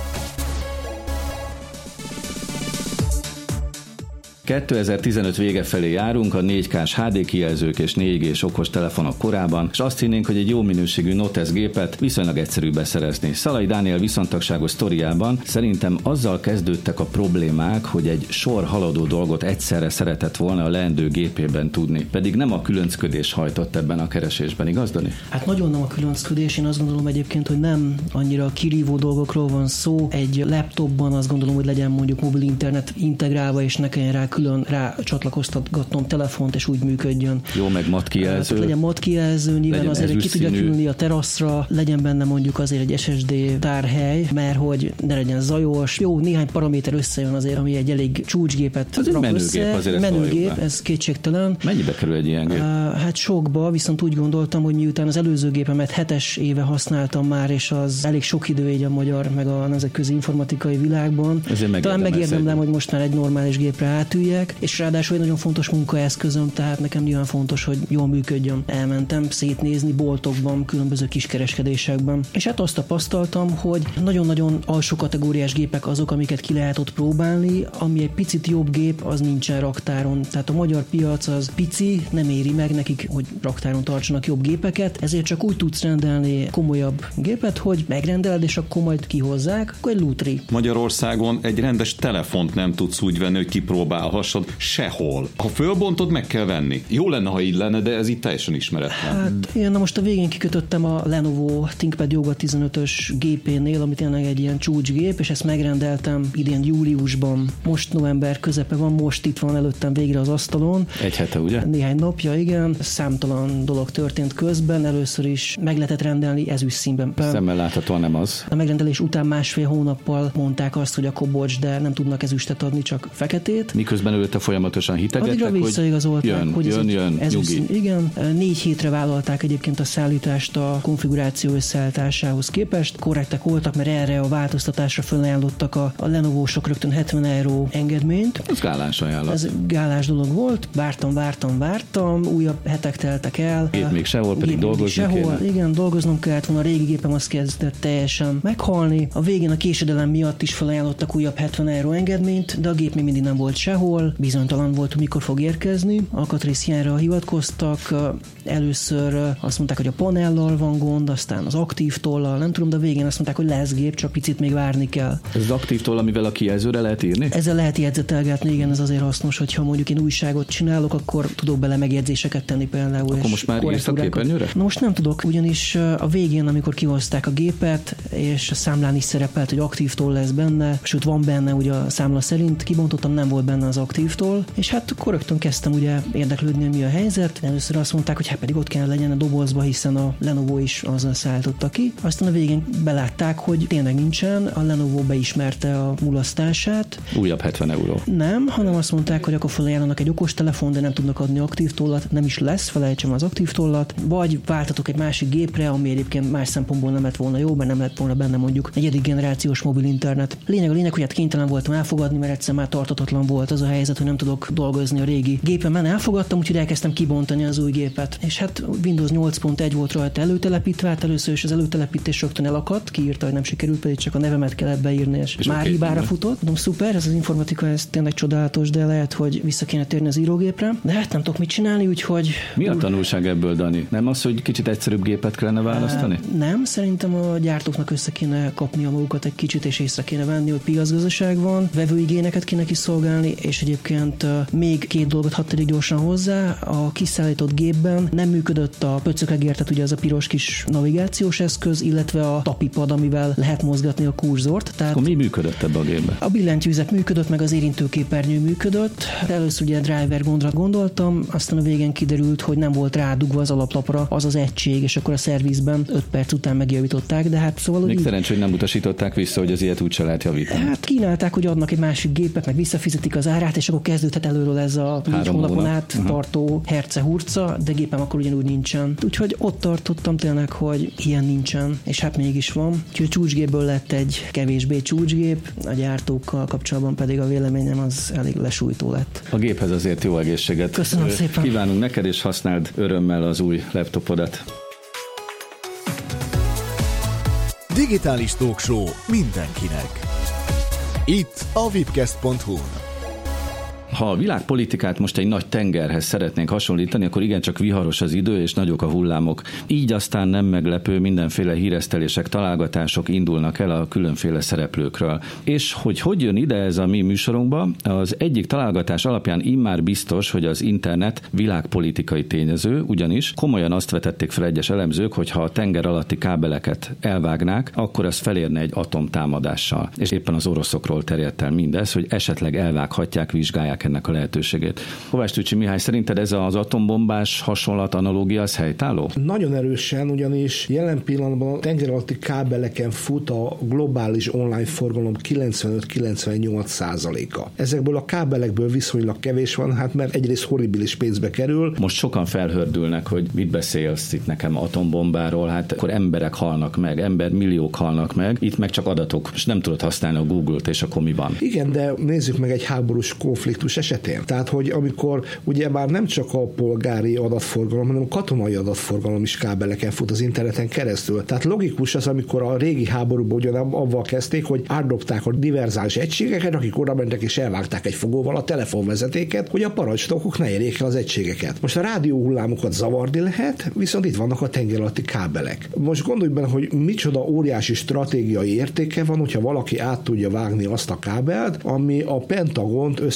Speaker 2: kétezer-tizenöt vége felé járunk, a négy kás há dé kijelzők és négy gés okos telefonok korában, és azt hinnénk, hogy egy jó minőségű Notes gépet viszonylag egyszerű beszerezni. Szalai Dániel viszontagságos sztoriában szerintem azzal kezdődtek a problémák, hogy egy sor haladó dolgot egyszerre szeretett volna a leendő gépében tudni. Pedig nem a különcködés hajtott ebben a keresésben, igaz, Dani?
Speaker 9: Hát nagyon nem a különcködés, én azt gondolom egyébként, hogy nem annyira kirívó dolgokról van szó. Egy laptopban azt gondolom, hogy legyen mondjuk mobil internet integrálva, és ne kelljen rá külön rá csatlakoztatgatnom telefont, és úgy működjön.
Speaker 2: Jó, meg mat kijelző.
Speaker 9: Tehát legyen mat kijelző, nyilván azért, hogy ki tudjak ülni a teraszra, legyen benne mondjuk azért egy es es dé tárhely, mert hogy ne legyen zajos. Jó, néhány paraméter összejön azért, ami egy elég csúcsgépet
Speaker 2: ez
Speaker 9: rak
Speaker 2: egy
Speaker 9: össze.
Speaker 2: Menőgép, azért
Speaker 9: menőgép, ez kétségtelen.
Speaker 2: Mennyibe kerül egy ilyen gép? Uh,
Speaker 9: hát sokba, viszont úgy gondoltam, hogy miután az előző gépemet hetes éve használtam már, és az elég sok idő így a magyar, meg a nemzetközi informatikai világban. Talán megérdemlem, hogy most már egy normális gépre átüljek, és ráadásul egy nagyon fontos munkaeszközöm, tehát nekem nyilván fontos, hogy jól működjön. Elmentem szétnézni boltokban, különböző kiskereskedésekben, és hát azt tapasztaltam, hogy nagyon-nagyon alsó kategóriás gépek azok, amiket ki lehet ott próbálni, ami egy picit jobb gép, az nincsen raktáron. Tehát a magyar piac az pici, nem éri meg nekik, hogy raktáron tartsanak jobb gépeket, ezért csak úgy tudsz rendelni komolyabb gépet, hogy megrendeled, és akkor majd kihozzák, akkor egy lútri.
Speaker 7: Magyarországon egy rendes telefont nem tudsz úgy venni, hogy kipróbálhatod hasad, sehol. Ha fölbontod, meg kell venni. Jó lenne, ha így lenne, de ez itt teljesen ismeretlen.
Speaker 9: Hát én na most a végén kikötöttem a Lenovo ThinkPad Yoga tizenötös gépénél, ami tényleg egy ilyen csúcsgép, és ezt megrendeltem idén júliusban. Most november közepe van, most itt van előttem végre az asztalon.
Speaker 2: Egy hete, ugye?
Speaker 9: Néhány napja, igen. Számtalan dolog történt közben. Először is meg lehetett rendelni ezüst színben.
Speaker 2: Szemmel láthatóan nem az.
Speaker 9: A megrendelés után másfél hónappal mondták azt, hogy akkor bocs, de nem tudnak ezüstet adni, csak feketét.
Speaker 2: Miközben előtte folyamatosan hitegettek,
Speaker 9: addigra visszaigazolták,
Speaker 2: jön,
Speaker 9: hogy
Speaker 2: jön,
Speaker 9: ez
Speaker 2: jön,
Speaker 9: ezüst szín. Igen, négy hétre vállalták egyébként a szállítást a konfiguráció összeállításához képest. Korrektek voltak, mert erre a változtatásra felajánlottak a, a Lenovo-sok rögtön hetven euró engedményt.
Speaker 2: Ez gálás ajánlat.
Speaker 9: Ez gálás dolog volt. Vártam, vártam, vártam. Újabb hetek teltek el.
Speaker 2: Gép még sehol, pedig dolgozni
Speaker 9: sehol.
Speaker 2: kéne.
Speaker 9: Igen, dolgoznom kellett volna. A régi gépem az kezdett teljesen meghalni. A végén a késedelem miatt is felajánlottak újabb hetven euró engedményt, de a gép még mindig nem volt sehol. Bizonytalan volt, hogy mikor fog érkezni. Alkatrészhiányra hivatkoztak. Először azt mondták, hogy a panellal van gond, aztán az aktív tollal, nem tudom, de a végén azt mondták, hogy lesz gép, csak picit még várni kell.
Speaker 2: Ez az aktív toll, amivel a kijelzőre lehet írni?
Speaker 9: Ezzel lehet jegyzetelgetni, igen, ez azért hasznos, hogyha mondjuk én újságot csinálok, akkor tudok bele megjegyzéseket tenni például.
Speaker 2: Akkor most már írsz a képernyőre?
Speaker 9: Na most nem tudok, ugyanis a végén, amikor kihozták a gépet, és a számlán is szerepelt, hogy aktív toll lesz benne, sőt van benne, ugye a számla szerint, kibontottam, nem volt benne az aktív toll, és hát akkor rögtön kezdtem ugye érdeklődni, mi a helyzet. Először azt mondták, hogy hát pedig ott kell legyen a dobozba, hiszen a Lenovo is azzal szállította ki. Aztán a végén belátták, hogy tényleg nincsen, a Lenovo beismerte a mulasztását.
Speaker 2: Újabb hetven euró.
Speaker 9: Nem, hanem azt mondták, hogy akkor felajánlanak egy okostelefon, de nem tudnak adni aktív tollat, nem is lesz, felejtsem az aktív tollat, vagy váltatok egy másik gépre, ami egyébként más szempontból nem lett volna jó, mert nem lett volna benne mondjuk negyedik generációs mobil internet. Lényeg a lényeg, hogy hát kénytelen voltam elfogadni, mert egyszer már tartatatlan volt az a helyzet, hogy nem tudok dolgozni a régi gépemen. Elfogadtam, úgyhogy elkezdtem kibontani az új gépet. És hát Windows nyolc pont egy volt rajta előtelepítve, hát először is az előtelepítés rögtön elakadt, kiírta, hogy nem sikerült, pedig csak a nevemet kellett beírni, és, és már okay, hibára okay. futott. Mondom, szuper, ez az informatika, ez tényleg csodálatos, de lehet, hogy vissza kéne térni az írógépre. De hát nem tudok mit csinálni, úgyhogy...
Speaker 2: Mi a tanulság ebből, Dani? Nem az, hogy kicsit egyszerűbb gépet kellene választani?
Speaker 9: Nem, szerintem a gyártóknak össze kéne kapni a magukat egy kicsit, és észre kéne venni, hogy piacgazdaság van, vevőigényeket kéne kiszolgálni, és egyébként még két dolgot hadd tegyek gyorsan hozzá. A kiszállított gépben nem működött a pöcökegér, tehát ugye az a piros kis navigációs eszköz, illetve a tapipad, amivel lehet mozgatni a kurzort. Tehát
Speaker 2: akkor mi működött ebbe a gépbe?
Speaker 9: A billentyűzet működött, meg az érintőképernyő működött. De először ugye driver gondra gondoltam, aztán a végén kiderült, hogy nem volt rádugva az alaplapra az az egység, és akkor a szervizben öt perc után megjavították, de hát szóval...
Speaker 2: Még szerencsé, hogy nem utasították vissza, hogy az ilyet úgyse lehet javítani.
Speaker 9: Hát kínálták, hogy adnak egy másik gépet, meg visszafizetik az árát, és akkor kezdődhet előről ez a négy hónapon át uh-huh. tartó herce-hurca, de gépem akkor ugyanúgy nincsen. Úgyhogy ott tartottam tényleg, hogy ilyen nincsen, és hát mégis van. Úgyhogy csúcsgépből lett egy kevésbé csúcsgép, a gyártókkal kapcsolatban pedig a véleményem az elég lesújtó lett.
Speaker 2: A géphez azért jó egészséget.
Speaker 9: Köszönöm szépen.
Speaker 2: Kívánunk neked, és használd örömmel az új laptopodat.
Speaker 1: Digitális talkshow mindenkinek. Itt a webcast pont hu.
Speaker 2: Ha a világpolitikát most egy nagy tengerhez szeretnénk hasonlítani, akkor igencsak viharos az idő és nagyok a hullámok. Így aztán nem meglepő, mindenféle híresztelések, találgatások indulnak el a különféle szereplőkről. És hogy hogy jön ide ez a mi műsorunkba, az egyik találgatás alapján immár biztos, hogy az internet világpolitikai tényező, ugyanis komolyan azt vetették fel egyes elemzők, hogy ha a tenger alatti kábeleket elvágnák, akkor az felérne egy atomtámadással. És éppen az oroszokról terjedt el mindez, hogy esetleg elvághatják, vizsgálják ennek a lehetőségét. Kovács Tücsi Mihály, szerinted ez az atombombás hasonlat, analógia az helytálló?
Speaker 3: Nagyon erősen, ugyanis jelen pillanatban a tenger alatti kábeleken fut a globális online forgalom kilencvenöt-kilencvennyolc százaléka. Ezekből a kábelekből viszonylag kevés van, hát mert egyrészt horribilis pénzbe kerül.
Speaker 2: Most sokan felhördülnek, hogy mit beszélsz itt nekem atombombáról, hát akkor emberek halnak meg, embermilliók halnak meg, itt meg csak adatok, és nem tudod használni a Google-t, és akkor mi van?
Speaker 3: Igen, de nézzük meg egy háborús konfliktus esetén. Tehát, hogy amikor ugye már nem csak a polgári adatforgalom, hanem a katonai adatforgalom is kábeleken fut az interneten keresztül. Tehát logikus az, amikor a régi háborúban ugyan avval kezdték, hogy átdobták a diverzális egységeket, akik oda mentek és elvágták egy fogóval a telefonvezetéket, hogy a parancsnokok ne érjék el az egységeket. Most a rádióhullámokat zavarni lehet, viszont itt vannak a tenger alatti kábelek. Most gondolj benne, hogy micsoda óriási stratégiai értéke van, hogyha valaki át tudja vágni azt a kábelt, ami a Pentagont összeköt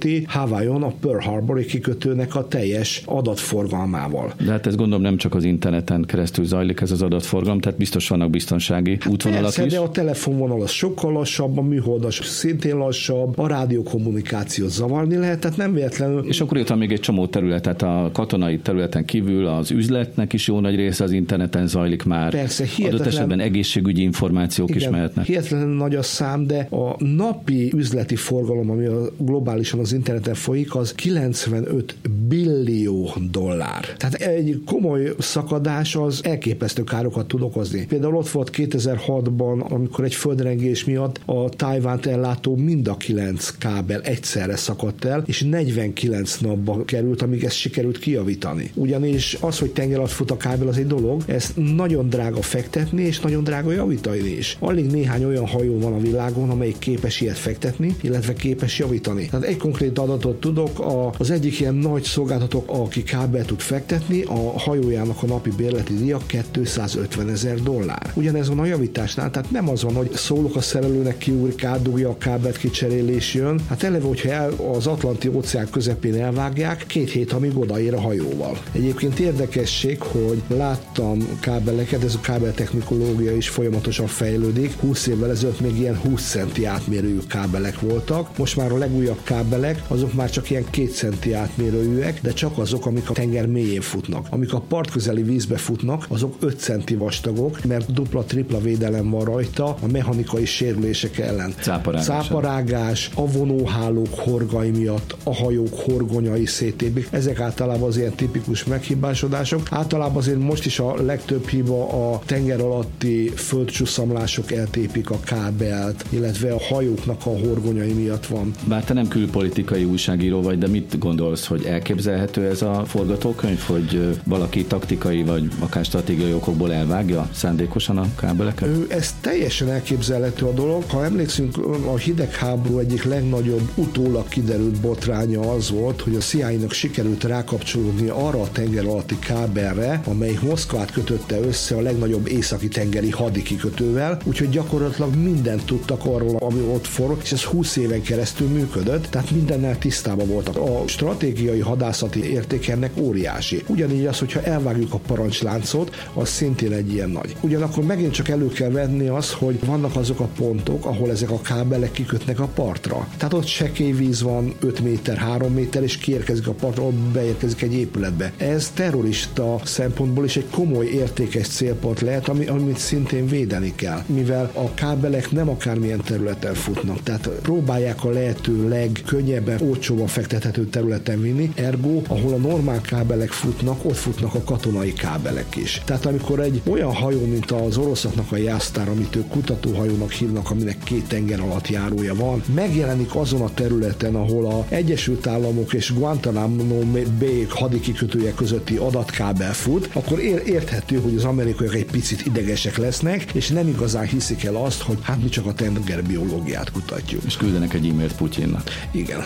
Speaker 3: tölti Hawaiion a Pearl Harbor-i kikötőnek a teljes adatforgalmával.
Speaker 2: De hát ez gondolom nem csak az interneten keresztül zajlik ez az adatforgalom, tehát biztos vannak biztonsági útvonalak
Speaker 3: Persze,
Speaker 2: is.
Speaker 3: De a telefonvonal az sokkal lassabb, a műholdas szintén lassabb, a rádiókommunikációt zavarni lehet, tehát nem véletlenül.
Speaker 2: És akkor itt van még egy csomó terület, tehát a katonai területen kívül az üzletnek is jó nagy része az interneten zajlik már.
Speaker 3: Persze, hihetetlen.
Speaker 2: Adott esetben egészségügyi információk
Speaker 3: igen,
Speaker 2: is mehetnek.
Speaker 3: Hihetetlen nagy a szám, de a napi üzleti forgalom, ami a globálisan az interneten folyik, az kilencvenöt billió dollár. Tehát egy komoly szakadás az elképesztő károkat tud okozni. Például ott volt kétezer-hatban, amikor egy földrengés miatt a Tajvánt ellátó mind a kilenc kábel egyszerre szakadt el, és negyvenkilenc napba került, amíg ezt sikerült kijavítani. Ugyanis az, hogy tenger alatt fut a kábel, az egy dolog, ezt nagyon drága fektetni, és nagyon drága javítani is. Alig néhány olyan hajó van a világon, amelyik képes ilyet fektetni, illetve képes javítani. Tehát egy konkrét adatot tudok, az egyik ilyen nagy szolgáltató, aki kábel tud fektetni, a hajójának a napi bérleti díja kétszázötven ezer dollár. Ugyanez van a javításnál, tehát nem az van, hogy szólok a szerelőnek, kiúrik, átdugja a kábelt, kicserélés jön. Hát eleve, hogyha el, az Atlanti óceán közepén elvágják, két hét, amíg odaér a hajóval. Egyébként érdekesség, hogy láttam kábeleket, ez a kábeltechnikológia is folyamatosan fejlődik. húsz évvel ezelőtt még ilyen húsz centi átmérőjű kábelek voltak. Most már a legújabb kábelek, azok már csak ilyen két centi átmérőjűek, de csak azok, amik a tenger mélyén futnak. Amik a partközeli vízbe futnak, azok öt centi vastagok, mert dupla-tripla védelem van rajta a mechanikai sérülések ellen.
Speaker 2: Cáparágás.
Speaker 3: Cáparágás, a vonóhálók horgai miatt, a hajók horgonyai szétépik. Ezek általában az ilyen tipikus meghibásodások. Általában azért most is a legtöbb hiba a tenger alatti földcsuszamlások eltépik a kábelt, illetve a hajóknak a horgonyai miatt van.
Speaker 2: Bár te nem külpolitikai újságíró vagy, de mit gondolsz, hogy elképzelhető ez a forgatókönyv, hogy valaki taktikai vagy akár stratégiai okokból elvágja szándékosan a kábeleket?
Speaker 3: Ez teljesen elképzelhető a dolog. Ha emlékszünk, a hidegháború egyik legnagyobb utólag kiderült botránya az volt, hogy a C I A-nak sikerült rákapcsolódni arra a tenger alatti kábelre, amelyik Moszkvát kötötte össze a legnagyobb északi tengeri hadikikötővel, úgyhogy gyakorlatilag mindent tudtak arról, ami ott forog, és ez húsz éven keresztül működött, tehát mindennel tisztában voltak. A stratégiai hadászati érték ennek óriási. Ugyanígy az, hogyha elvágjuk a parancsláncot, az szintén egy ilyen nagy. Ugyanakkor megint csak elő kell venni az, hogy vannak azok a pontok, ahol ezek a kábelek kikötnek a partra. Tehát ott sekély víz van, öt méter, három méter, és kiérkezik a partra, ott beérkezik egy épületbe. Ez terrorista szempontból is egy komoly értékes célpont lehet, ami, amit szintén védeni kell, mivel a kábelek nem akármilyen területen futnak, tehát próbálják a lehető legkönnyebben, olcsóban fektethető területen vinni, ergo, ahol a normál kábelek futnak, ott futnak a katonai kábelek is. Tehát amikor egy olyan hajó, mint az oroszoknak a Jásztár, amit ők kutatóhajónak hívnak, aminek két tenger alatt járója van, megjelenik azon a területen, ahol az Egyesült Államok és Guantanamo Bay hadikikötője közötti adatkábel fut, akkor érthető, hogy az amerikaiak egy picit idegesek lesznek, és nem igazán hiszik el azt, hogy hát mi csak a tengerbiológiát kutatjuk.
Speaker 2: És küldenek egy e-mailt Putyinnak.
Speaker 3: Igen.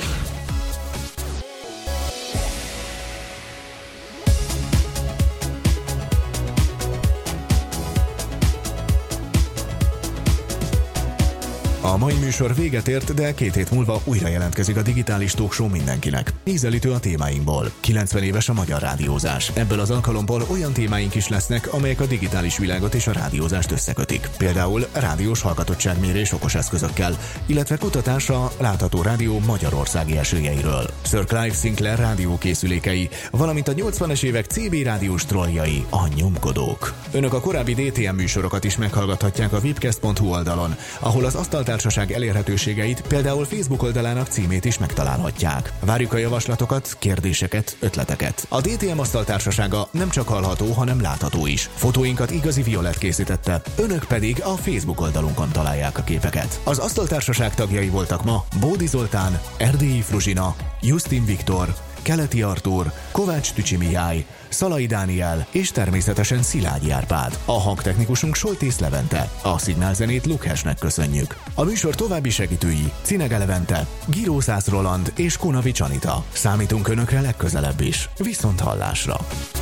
Speaker 1: A mai műsor véget ért, de két hét múlva újra jelentkezik a digitális talk show mindenkinek. Ízelítő a témáinkból. kilencven éves a magyar rádiózás. Ebből az alkalomból olyan témáink is lesznek, amelyek a digitális világot és a rádiózást összekötik. Például rádiós hallgatottságmérés okos eszközökkel, illetve kutatás a látható rádió magyarországi esélyeiről. Sir Clive Sinclair rádiókészülékei, valamint a nyolcvanas évek cé bé rádiós trolljai, a nyomkodók. Önök a korábbi dé té em műsorokat is meghallgathatják a webcast pont hu oldalon, ahol az asztaltársaság elérhetőségeit, például Facebook oldalának címét is megtalálhatják. Várjuk a javaslatokat, kérdéseket, ötleteket. A dé té em asztaltársasága nem csak hallható, hanem látható is. Fotóinkat Igazi Violett készítette, önök pedig a Facebook oldalunkon találják a képeket. Az asztaltársaság tagjai voltak ma Bódi Zoltán, Erdélyi Fruzsina, Justin Viktor, Keleti Artúr, Kovács Tücsi Mihály, Szalai Dániel és természetesen Szilágyi Árpád. A hangtechnikusunk Soltész Levente, a szignálzenét Lukhesnek köszönjük. A műsor további segítői Cinege Levente, Girószász Roland és Kunavics Anita. Számítunk önökre legközelebb is. Viszont hallásra!